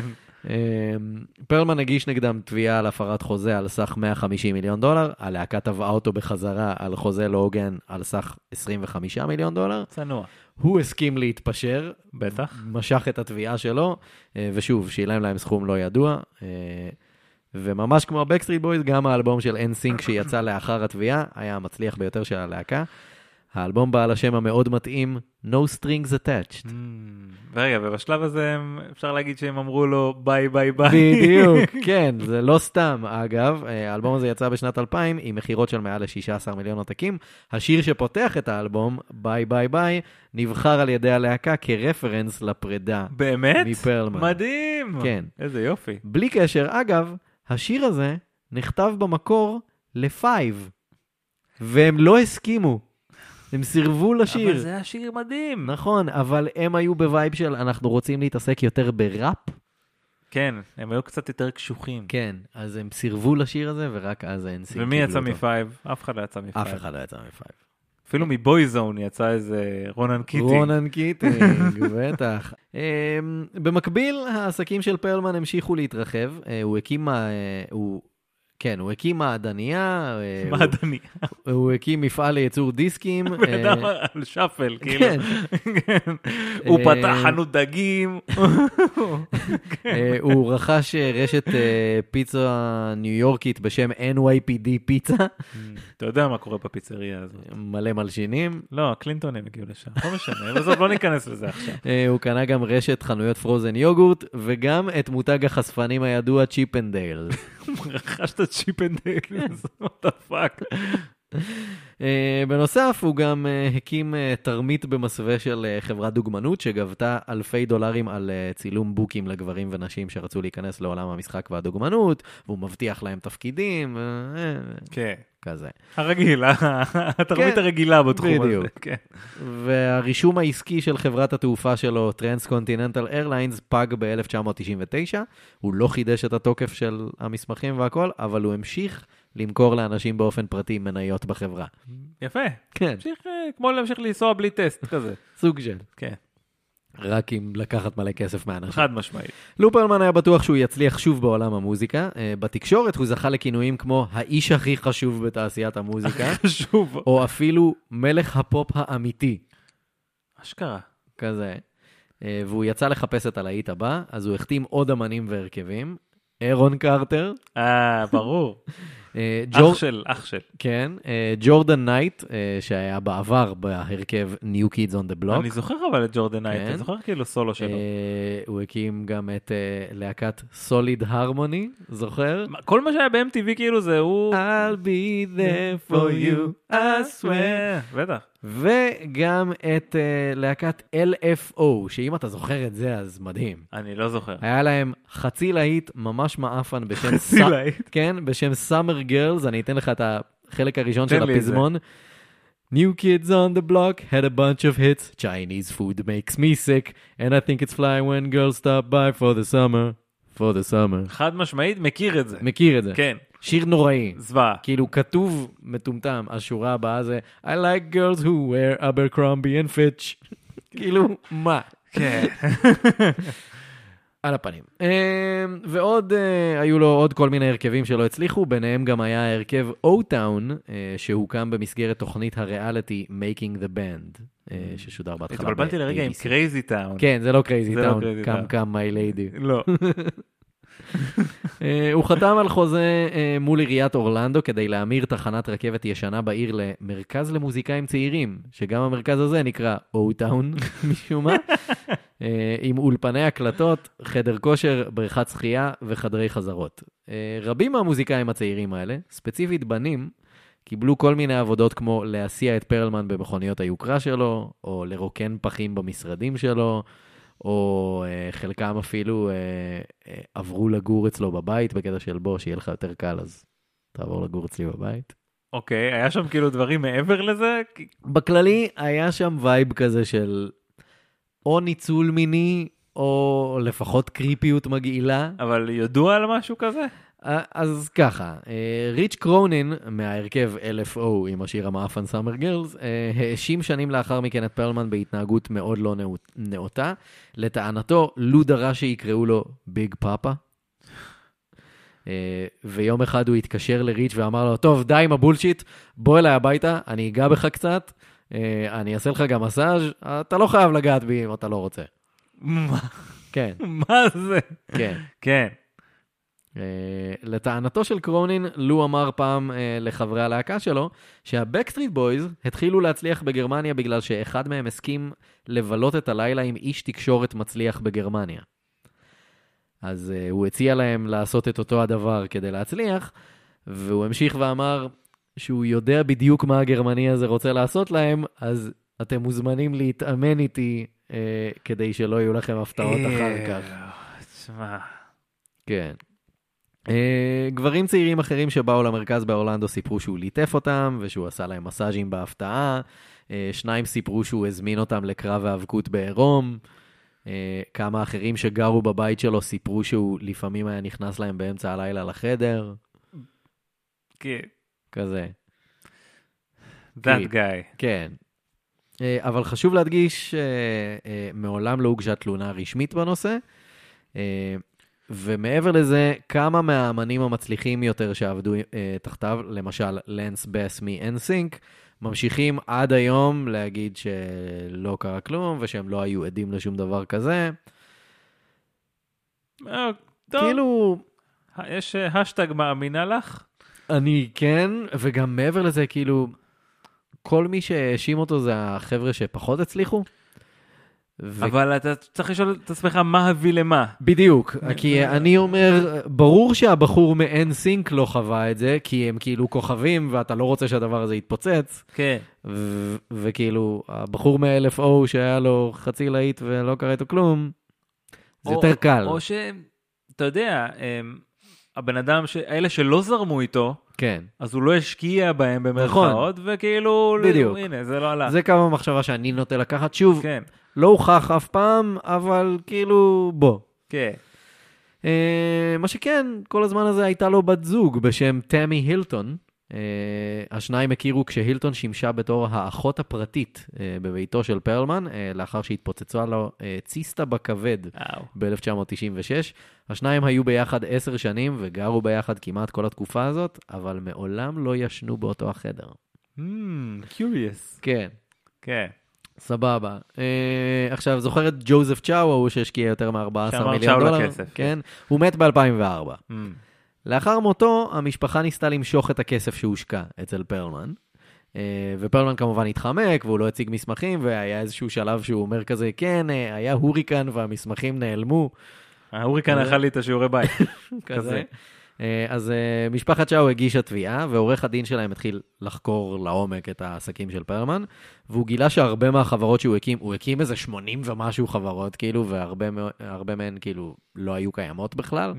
פרלמן הגיש נגדם תביעה על הפרת חוזה על סך $150 מיליון, הלהקה תבעה אותו בחזרה על חוזה לא הוגן על סך $25 מיליון. צנוע. הוא הסכים להתפשר, בטח. משך את התביעה שלו, ושוב, שילם להם סכום לא ידוע, וממש כמו הבקסטריט בויז, גם האלבום של NSYNC שיצא לאחר התביעה, היה המצליח ביותר של הלהקה. האלבום בעל השם המאוד מתאים, No Strings Attached. ורגע, ובשלב הזה אפשר להגיד שהם אמרו לו ביי ביי ביי. בדיוק, כן, זה לא סתם. אגב, האלבום הזה יצא בשנת 2000 עם מחירות של מעל ל-16 מיליון עותקים. השיר שפותח את האלבום, ביי ביי ביי, נבחר על ידי הלהקה כרפרנס לפרידה. באמת? מפרלמן. מדהים. כן. איזה יופי. בלי קשר, אגב, השיר הזה נכתב במקור ל-5, והם לא הסכימו. הם סירבו לשיר. אבל זה היה שיר מדהים. נכון, אבל הם היו בווייב של אנחנו רוצים להתעסק יותר בראפ. כן, הם היו קצת יותר קשוחים. כן, אז הם סירבו לשיר הזה, ורק אז NSYNC. ומי יצא מ5? אף אחד לא יצא מ5. אף אחד לא יצא מ5. אפילו מבויזון יצא איזה רונן קיטינג. רונן קיטינג, בטח. במקביל, העסקים של פרלמן המשיכו להתרחב. הוא כן, הוא הקים מעדניה. מעדניה. הוא הקים מפעל לייצור דיסקים. בן על שפל, כאילו. הוא פתח חנות דגים. הוא רכש רשת פיצה ניו יורקית בשם NYPD פיצה. אתה יודע מה קורה בפיצריה הזאת. מלא מלשינים. לא, הקלינטונים הגיעו לשם. לא משנה, בסוף לא ניכנס לזה עכשיו. הוא קנה גם רשת חנויות פרוזן יוגורט, וגם את מותג החשפנים הידוע צ'יפ אנד דייל. הוא רכש את הצ'יפ אנד דייל, what the fuck. בנוסף, הוא גם הקים תרמית במסווה של חברת דוגמנות, שגבתה $1,000 על צילום בוקים לגברים ונשים שרצו להיכנס לעולם המשחק והדוגמנות, והוא מבטיח להם תפקידים, כן. כזה. הרגיל, התרמית הרגילה בתחום הזה. כן. והרישום העסקי של חברת התעופה שלו, טרנס-קונטיננטל איירליינס, פג ב-1999. הוא לא חידש את התוקף של המסמכים והכל, אבל הוא המשיך למכור לאנשים באופן פרטי מניות בחברה. יפה. כן. המשיך, כמו להמשיך לנסוע בלי טסט כזה. סוג של. כן. רק אם לקחת מלא כסף מאנשים. חד משמעית. לופרמן היה בטוח שהוא יצליח שוב בעולם המוזיקה. בתקשורת הוא זכה לכינויים כמו האיש הכי חשוב בתעשיית המוזיקה. הכי חשוב. או אפילו מלך הפופ האמיתי. אשכרה. כזה. והוא יצא לחפש את הלהיט הבא, אז הוא החתים עוד אמנים והרכבים. אירון קרטר. ברור. אח של. כן, ג'ורדן נייט, שהיה בעבר בהרכב New Kids on the Block. אני זוכר אבל את ג'ורדן נייט, אני זוכר כאילו סולו שלו. הוא הקים גם את להקת סוליד הרמוני, זוכר? כל מה שהיה ב-MTV כאילו זה הוא... I'll be there for you, I swear. בטח. וגם את להקת LFO, שאם אתה זוכר את זה אז מדהים. אני לא זוכר. היה להם חצי להיט ממש מאפן בשם... חצי להיט? כן, בשם Summer Girls, אני אתן לך את החלק הראשון של הפזמון. New kids on the block had a bunch of hits. Chinese food makes me sick. And I think it's fly when girls stop by for the summer. For the summer. חד משמעית, מכיר את זה. מכיר את זה. כן. שיר נוראי. זווה. כאילו כתוב מטומטם, השורה הבאה זה I like girls who wear Abercrombie and Fitch. כאילו, מה? כן. על הפנים. ועוד, היו לו עוד כל מיני הרכבים שלא הצליחו, ביניהם גם היה הרכב O-Town, שהוקם במסגרת תוכנית הריאליטי Making the Band, ששודר בהתחלה. התבלבלתי לרגע עם Crazy Town. כן, זה לא Crazy Town, Come my lady. לא. הוא חתם על חוזה מול עיריית אורלנדו כדי להמיר תחנת רכבת ישנה בעיר למרכז למוזיקאים צעירים, שגם המרכז הזה נקרא O-Town משום מה, עם אולפני הקלטות, חדר כושר, בריכת שחייה וחדרי חזרות. רבים מהמוזיקאים הצעירים האלה, ספציפית בנים, קיבלו כל מיני עבודות כמו להסיע את פרלמן במכוניות היוקרה שלו, או לרוקן פחים במשרדים שלו, או חלקם אפילו עברו לגור אצלו בבית, בקטע של בוא, שיהיה לך יותר קל, אז תעבור לגור אצלי בבית. אוקיי, היה שם כאילו דברים מעבר לזה? בכללי היה שם וייב כזה של או ניצול מיני, או לפחות קריפיות מגעילה. אבל ידוע על משהו כזה? אז ככה, ריץ' קרונין מההרכב LFO עם השיר המאפן סאמר גרלס, האשים שנים לאחר מכן את פרלמן בהתנהגות מאוד לא נאותה. לטענתו, לו דרש שיקראו לו ביג פאפה. ויום אחד הוא התקשר לריץ' ואמר לו, טוב, די עם הבולשיט, בוא אליי הביתה, אני אגע בך קצת, אני אעשה לך גם מסאז', אתה לא חייב לגעת בי אם אתה לא רוצה. מה? כן. מה זה? כן. כן. לטענתו של קרונין, לו אמר פעם לחברי הלהקה שלו, שהבקסטריט בויז התחילו להצליח בגרמניה בגלל שאחד מהם הסכים לבלות את הלילה עם איש תקשורת מצליח בגרמניה. אז הוא הציע להם לעשות את אותו הדבר כדי להצליח, והוא המשיך ואמר שהוא יודע בדיוק מה הגרמני הזה רוצה לעשות להם, אז אתם מוזמנים להתאמן איתי כדי שלא יהיו לכם הפתעות אחר כך. תשמע. כן. גברים צעירים אחרים שבאו למרכז באורלנדו סיפרו שהוא ליטף אותם, ושהוא עשה להם מסאז'ים בהפתעה. שניים סיפרו שהוא הזמין אותם לקרב האבקות בעירום. כמה אחרים שגרו בבית שלו סיפרו שהוא לפעמים היה נכנס להם באמצע הלילה לחדר. כן. כזה. That guy. כן. אבל חשוב להדגיש, מעולם לא הוגשה תלונה רשמית בנושא. ומעבר לזה, כמה מהאמנים המצליחים יותר שעבדו תחתיו, למשל לנס בס מ-NSYNC, ממשיכים עד היום להגיד שלא קרה כלום, ושהם לא היו עדים לשום דבר כזה. כאילו... יש השטג מאמינה לך? אני כן, וגם מעבר לזה, כאילו, כל מי שהאשים אותו זה החבר'ה שפחות הצליחו. אבל אתה צריך לשאול את עצמך מה הביא למה. בדיוק, כי אני אומר, ברור שהבחור מ-NSYNC לא חווה את זה, כי הם כאילו כוכבים, ואתה לא רוצה שהדבר הזה יתפוצץ. כן. וכאילו, הבחור מ-LFO שהיה לו חצי להיט ולא קרה איתו כלום, זה יותר קל. או אתה יודע, הבן אדם, אלה שלא זרמו איתו, כן. אז הוא לא השקיע בהם במרכאות, וכאילו, בדיוק. הנה, זה לא הלך. זה כמה מחשבה שאני נוטה לקחת. שוב, כן. לא הוכח אף פעם, אבל כאילו, בוא. כן. מה שכן, כל הזמן הזה הייתה לו בת זוג בשם תמי הילטון. השניים הכירו כשהילטון שימשה בתור האחות הפרטית בביתו של פרלמן, לאחר שהתפוצצה לו ציסטה בכבד ב-1996. השניים היו ביחד 10 שנים וגרו ביחד כמעט כל התקופה הזאת, אבל מעולם לא ישנו באותו החדר. curious. כן. כן. סבבה. עכשיו, זוכרת ג'וזף צ'או, הוא שהשקיע יותר מ$14 מיליון. כן. הוא מת ב-2004. לאחר מותו, המשפחה ניסתה למשוך את הכסף שהושקע אצל פרלמן, ופרלמן כמובן התחמק, והוא לא הציג מסמכים, והיה איזשהו שלב שהוא אומר כזה, כן, היה הוריקן והמסמכים נעלמו. ההוריקן אכל לי את השיעורי בית. כזה. אז משפחת צ'או הגישה תביעה, ועורך הדין שלהם התחיל לחקור לעומק את העסקים של פרלמן, והוא גילה שהרבה מהחברות שהוא הקים, הוא הקים איזה 80 ומשהו חברות, כאילו, והרבה מהן כאילו לא היו קיימות בכלל.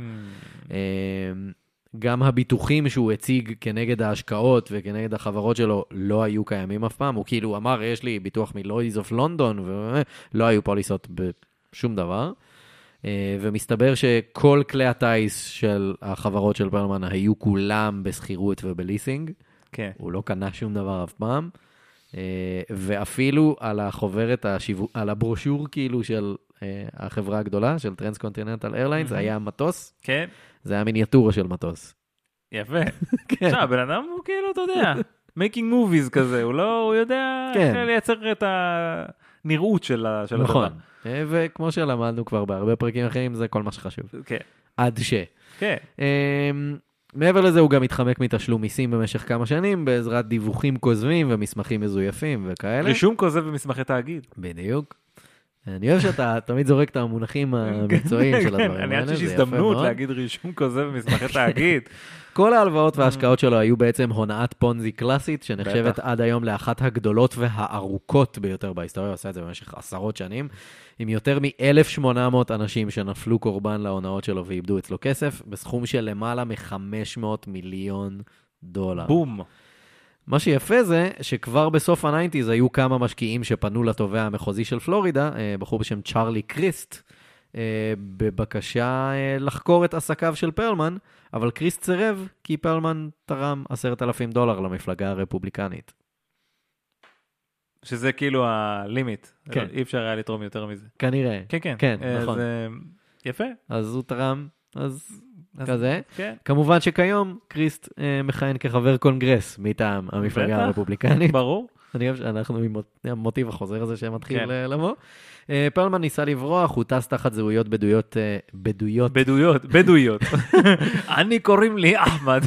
גם הביטוחים שהוא הציג כנגד ההשקעות וכנגד החברות שלו לא היו קיימים אף פעם. הוא כאילו אמר, יש לי ביטוח מלויז אוף לונדון, ולא היו פוליסות בשום דבר. ומסתבר שכל כלי הטייס של החברות של פרלמן היו כולם בסחירות ובליסינג. כן. הוא לא קנה שום דבר אף פעם. ואפילו על החוברת, על הברושור כאילו של החברה הגדולה, של טרנסקונטיננטל איירליינס, זה היה מטוס. כן. זה היה מיניאטורה של מטוס. יפה. עכשיו, הבן אדם הוא כאילו, אתה יודע, making movies כזה, הוא יודע לייצר את הנראות של הדבר. נכון. וכמו שלמדנו כבר בהרבה פרקים אחרים, זה כל מה שחשוב. כן. עד ש. כן. מעבר לזה, הוא גם התחמק מתשלום מיסים במשך כמה שנים, בעזרת דיווחים כוזבים ומסמכים מזויפים וכאלה. רישום כוזב ומסמכי תאגיד. בדיוק. אני אוהב שאתה תמיד זורק את המונחים המקצועיים של הדברים האלה. אני חושב שיש הזדמנות להגיד רישום כוזב ומסמכי תאגיד. כל ההלוואות וההשקעות שלו היו בעצם הונאת פונזי קלאסית, שנחשבת עד היום לאחת הגדולות והארוכות ביותר בהיסטוריה, עושה את זה במשך עשרות שנים, עם יותר מ-1,800 אנשים שנפלו קורבן להונאות שלו ואיבדו אצלו כסף, בסכום של למעלה מ$500 מיליון. בום. מה שיפה זה שכבר בסוף ה-90s היו כמה משקיעים שפנו לתובע המחוזי של פלורידה, בחור בשם צ'רלי קריסט, בבקשה לחקור את עסקיו של פרלמן, אבל קריסט סירב כי פרלמן תרם $10,000 למפלגה הרפובליקנית. שזה כאילו הלימיט. כן. אי אפשר היה לתרום יותר מזה. כנראה. כן, כן. כן, נכון. זה יפה. אז הוא תרם, אז כזה. כן. כמובן שכיום קריסט מכהן כחבר קונגרס מטעם המפלגה הרפובליקנית. ברור. אני חושב שאנחנו עם המוטיב החוזר הזה שמתחיל לבוא. פרלמן ניסה לברוח, הוא טס תחת זהויות בדואיות. אני קוראים לי אחמד.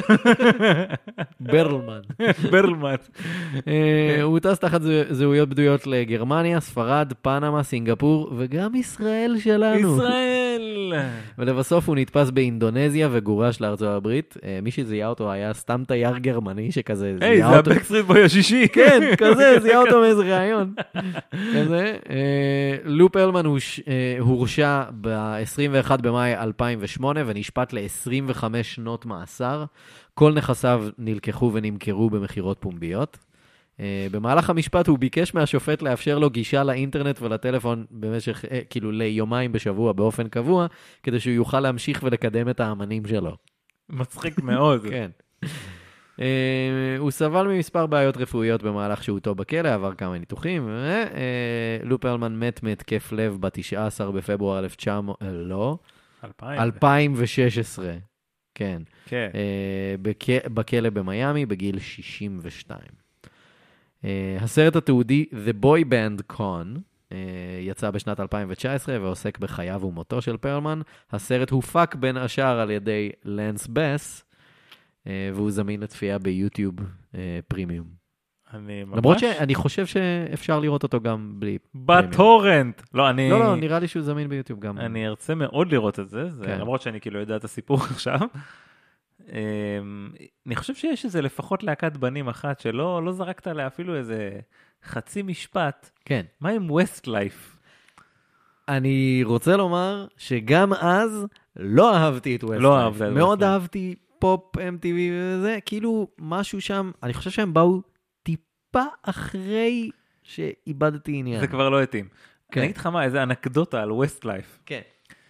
ברלמן. הוא טס תחת זהויות בדואיות לגרמניה, ספרד, פנמה, סינגפור, וגם ישראל שלנו. ישראל! ולבסוף הוא נתפס באינדונזיה וגורש לארצות הברית. מי שזיהה אותו היה סתם תייר גרמני שכזה היי, זה הבקסטריט בוי השישי. כן, כזה, זיהה אותו מאיזה רעיון. כזה. לו פרלמן הורשע ב-21 במאי 2008 ונשפט ל-25 שנות מאסר. כל נכסיו נלקחו ונמכרו במחירות פומביות. במהלך המשפט הוא ביקש מהשופט לאפשר לו גישה לאינטרנט ולטלפון במשך, כאילו ליומיים בשבוע באופן קבוע, כדי שהוא יוכל להמשיך ולקדם את האמנים שלו. מצחיק מאוד. כן. הוא סבל ממספר בעיות רפואיות במהלך שהותו בכלא, עבר כמה ניתוחים. לו פרלמן מת מהתקף לב ב-19 בפברואר 1900, לא. 2016. כן. כן. בכלא במיימי בגיל 62. הסרט התיעודי The Boy Band Con יצא בשנת 2019 ועוסק בחייו ומותו של פרלמן. הסרט הופק בין השאר על ידי לנס בס, והוא זמין לצפייה ביוטיוב פרימיום. למרות שאני חושב שאפשר לראות אותו גם בלי בטורנט. לא, נראה לי שהוא זמין ביוטיוב גם. אני ארצה מאוד לראות את זה, למרות שאני כאילו יודע את הסיפור עכשיו. אני חושב שיש איזה לפחות להקת בנים אחת שלא זרקת עליה אפילו איזה חצי משפט. כן. מה עם ווסטלייף? אני רוצה לומר שגם אז לא אהבתי את ווסטלייף. מאוד אהבתי פופ MTV וזה, כאילו משהו שם, אני חושב שהם באו טיפה אחרי שאיבדתי עניין. זה כבר לא התאים. אני אגיד לך מה, איזה אנקדוטה על ווסטלייף. כן.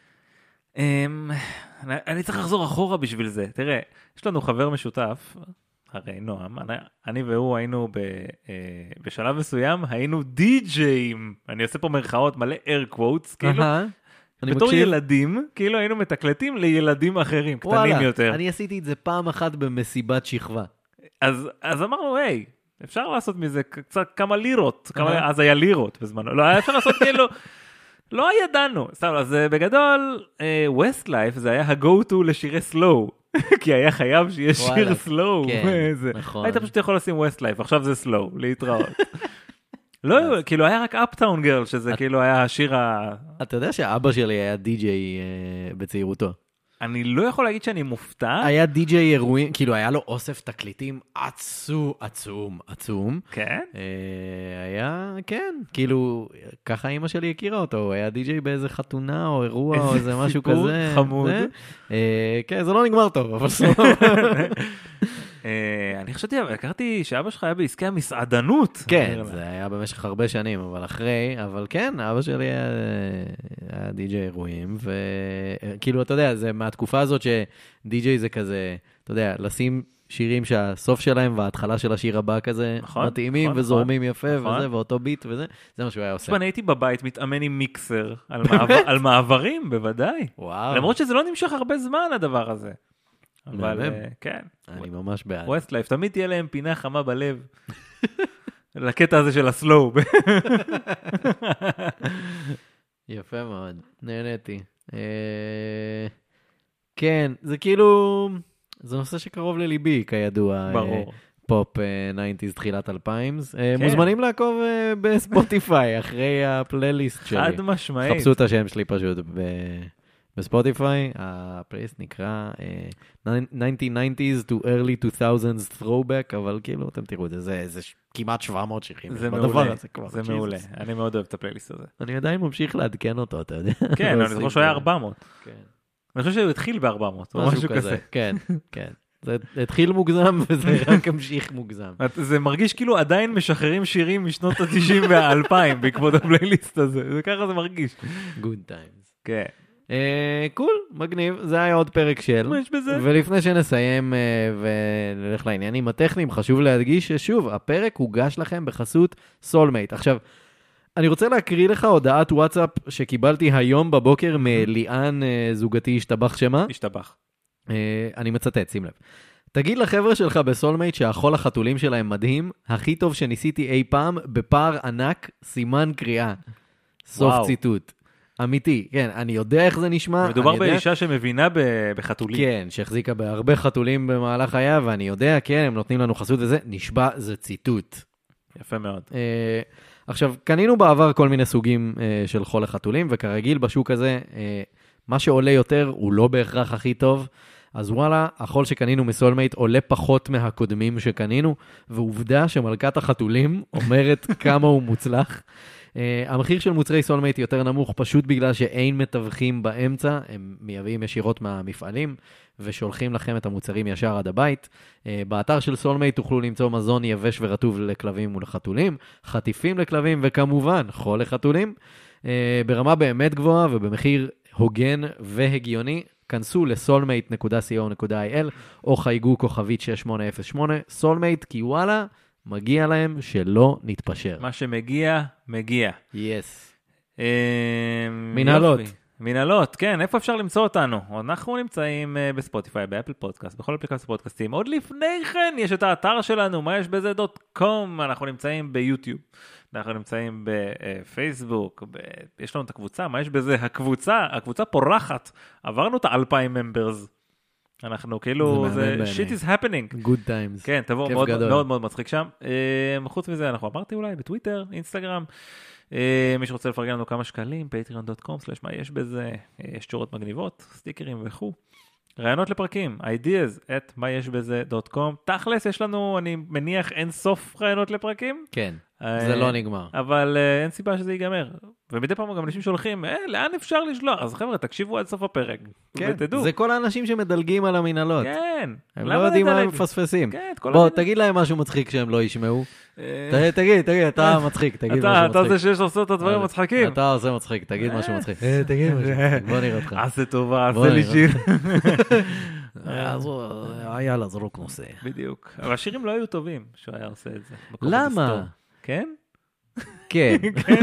אני צריך לחזור אחורה בשביל זה. תראה, יש לנו חבר משותף, הרי נועם, אני והוא היינו בשלב מסוים, היינו די-ג'יים, אני עושה פה מרכאות מלא air quotes, כאילו, בתור ילדים, כאילו היינו מתקלטים לילדים אחרים, קטנים יותר. אני עשיתי את זה פעם אחת במסיבת שכבה. אז אמרנו, היי, אפשר לעשות מזה קצת כמה לירות, אז היה לירות בזמנו, לא, היה אפשר לעשות כאילו, לא ידענו, סתם, אז בגדול, ווסטלייף זה היה ה-go-to לשירי סלואו, כי היה חייב שיש שיר סלואו. כן, נכון. היית פשוט יכול לשים ווסטלייף, עכשיו זה סלואו, להתראות. לא, כאילו היה רק אפטאון גרל, שזה כאילו היה השיר אתה יודע שאבא שלי היה די-ג'יי בצעירותו. אני לא יכול להגיד שאני מופתע. היה די-ג'יי אירועים, כאילו היה לו אוסף תקליטים עצום. כן? היה, כן, כאילו, ככה אמא שלי הכירה אותו, הוא היה די-ג'יי באיזה חתונה או אירוע או איזה משהו כזה. איזה סיפור חמוד. כן, זה לא נגמר טוב, אבל סוף. אני חשבתי, אבל הכרתי שאבא שלך היה בעסקי המסעדנות. כן, זה היה במשך הרבה שנים, אבל כן, אבא שלי היה די-ג'יי אירועים, וכאילו, אתה יודע, זה מהתקופה הזאת שדי-ג'יי זה כזה, אתה יודע, לשים שירים שהסוף שלהם וההתחלה של השיר הבא כזה מתאימים וזורמים יפה וזה, ואותו ביט וזה, זה מה שהוא היה עושה. אני הייתי בבית מתאמן עם מיקסר על מעברים, בוודאי. למרות שזה לא נמשך הרבה זמן הדבר הזה. אבל כן. אני ממש בעד. ווסטלייף, תמיד תהיה להם פינה חמה בלב. לקטע הזה של הסלואו. יפה מאוד, נהניתי. כן, זה כאילו, זה נושא שקרוב לליבי, כידוע. ברור. פופ 90s, תחילת 2000s. מוזמנים לעקוב בספוטיפיי, אחרי הפלייליסט שלי. חד משמעית. חפשו את השם שלי פשוט בספוטיפיי. הפלייליסט נקרא 1990s to early 2000s throwback, אבל כאילו, אתם תראו את זה, זה כמעט 700 שירים. זה מעולה, זה מעולה. אני מאוד אוהב את הפלייליסט הזה. אני עדיין ממשיך לעדכן אותו, אתה יודע. כן, אני זוכר שהוא היה 400. אני חושב שהוא התחיל ב-400, או משהו כזה. כן, כן. זה התחיל מוגזם, וזה רק המשיך מוגזם. זה מרגיש כאילו עדיין משחררים שירים משנות ה-90 וה-2000 בעקבות הפלייליסט הזה. וככה זה מרגיש. Good times. כן. קול, מגניב. זה היה עוד פרק של. מה יש בזה? ולפני שנסיים ונלך לעניינים הטכניים, חשוב להדגיש ששוב, הפרק הוגש לכם בחסות סולמייט. עכשיו, אני רוצה להקריא לך הודעת וואטסאפ שקיבלתי היום בבוקר מליאן זוגתי השתבח שמה. השתבח. אני מצטט, שים לב. תגיד לחבר'ה שלך בסולמייט שהחול החתולים שלהם מדהים, הכי טוב שניסיתי אי פעם, בפער ענק, סימן קריאה. סוף ציטוט. אמיתי, כן, אני יודע איך זה נשמע. מדובר באישה שמבינה בחתולים. כן, שהחזיקה בהרבה חתולים במהלך חיה, ואני יודע, כן, הם נותנים לנו חסות וזה, נשבע, זה ציטוט. יפה מאוד. עכשיו, קנינו בעבר כל מיני סוגים של חול לחתולים, וכרגיל בשוק הזה, מה שעולה יותר הוא לא בהכרח הכי טוב, אז וואלה, החול שקנינו מסולמייט עולה פחות מהקודמים שקנינו, ועובדה שמלכת החתולים אומרת כמה הוא מוצלח. המחיר של מוצרי סולמייט יותר נמוך, פשוט בגלל שאין מתווכים באמצע, הם מייבאים ישירות מהמפעלים, ושולחים לכם את המוצרים ישר עד הבית. באתר של סולמייט תוכלו למצוא מזון יבש ורטוב לכלבים ולחתולים, חטיפים לכלבים, וכמובן חול לחתולים, ברמה באמת גבוהה ובמחיר הוגן והגיוני. כנסו לסולמייט.co.il או חייגו כוכבית 6808, סולמייט, כי וואלה, מגיע להם שלא נתפשר. מה שמגיע, מגיע. יס. מנהלות. מנהלות, כן, איפה אפשר למצוא אותנו? אנחנו נמצאים בספוטיפיי, באפל פודקאסט, בכל אפליקציות פודקאסטים. עוד לפני כן יש את האתר שלנו, מה יש בזה.com, אנחנו נמצאים ביוטיוב, אנחנו נמצאים בפייסבוק, יש לנו את הקבוצה, מה יש בזה? הקבוצה פורחת, עברנו את 2,000 ממברס. אנחנו כאילו, זה shit is happening. Good times. כן, תבוא, מאוד מאוד מצחיק שם. חוץ מזה, אנחנו אמרתי אולי בטוויטר, אינסטגרם, מי שרוצה לפרגן לנו כמה שקלים, patreon.com/ מה יש בזה, יש תשורות מגניבות, סטיקרים וכו'. רעיונות לפרקים, ideas@myesbeze.com. תכלס, יש לנו, אני מניח, אין סוף רעיונות לפרקים. כן, זה לא נגמר. אבל אין סיבה שזה ייגמר. ומדי פעם גם אנשים שולחים, לאן אפשר לשלוח? אז חבר'ה, תקשיבו עד סוף הפרק. כן, ותדעו. זה כל האנשים שמדלגים על המנהלות. כן. הם לא יודעים מה הם מפספסים. כן, בוא, תגיד להם משהו מצחיק שהם לא ישמעו. תגיד, אתה מצחיק, תגיד משהו מצחיק. אתה זה שיש עושה את הדברים מצחיקים. אתה עושה מצחיק, תגיד משהו מצחיק. תגיד משהו מצחיק, בוא נראה אותך. עשה טובה, עשה לי שיר. יאללה, זרוק נושא. בדיוק. אבל השירים לא היו טובים שהוא היה עושה את זה. למה? כן? כן.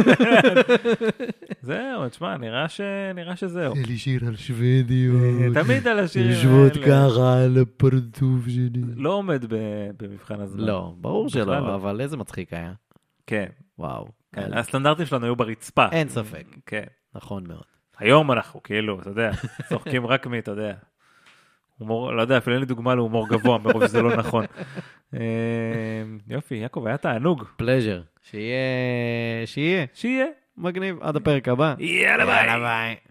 זהו, תשמע, נראה שזהו. זה לי שיר על שוודיות. תמיד על השירים האלה. לשבות ככה על הפרצוף שלי. לא עומד במבחן הזמן. לא, ברור שלא, אבל איזה מצחיק היה. כן. וואו. הסטנדרטים שלנו היו ברצפה. אין ספק. כן. נכון מאוד. היום אנחנו, כאילו, אתה יודע, צוחקים רק מי, אתה יודע. הומור, לא יודע, אפילו אין לי דוגמה להומור גבוה, מרוב שזה לא נכון. יופי, יעקב, היה תענוג. פלז'ר. שיהיה. שיהיה. מגניב. עד הפרק הבא. יאללה ביי.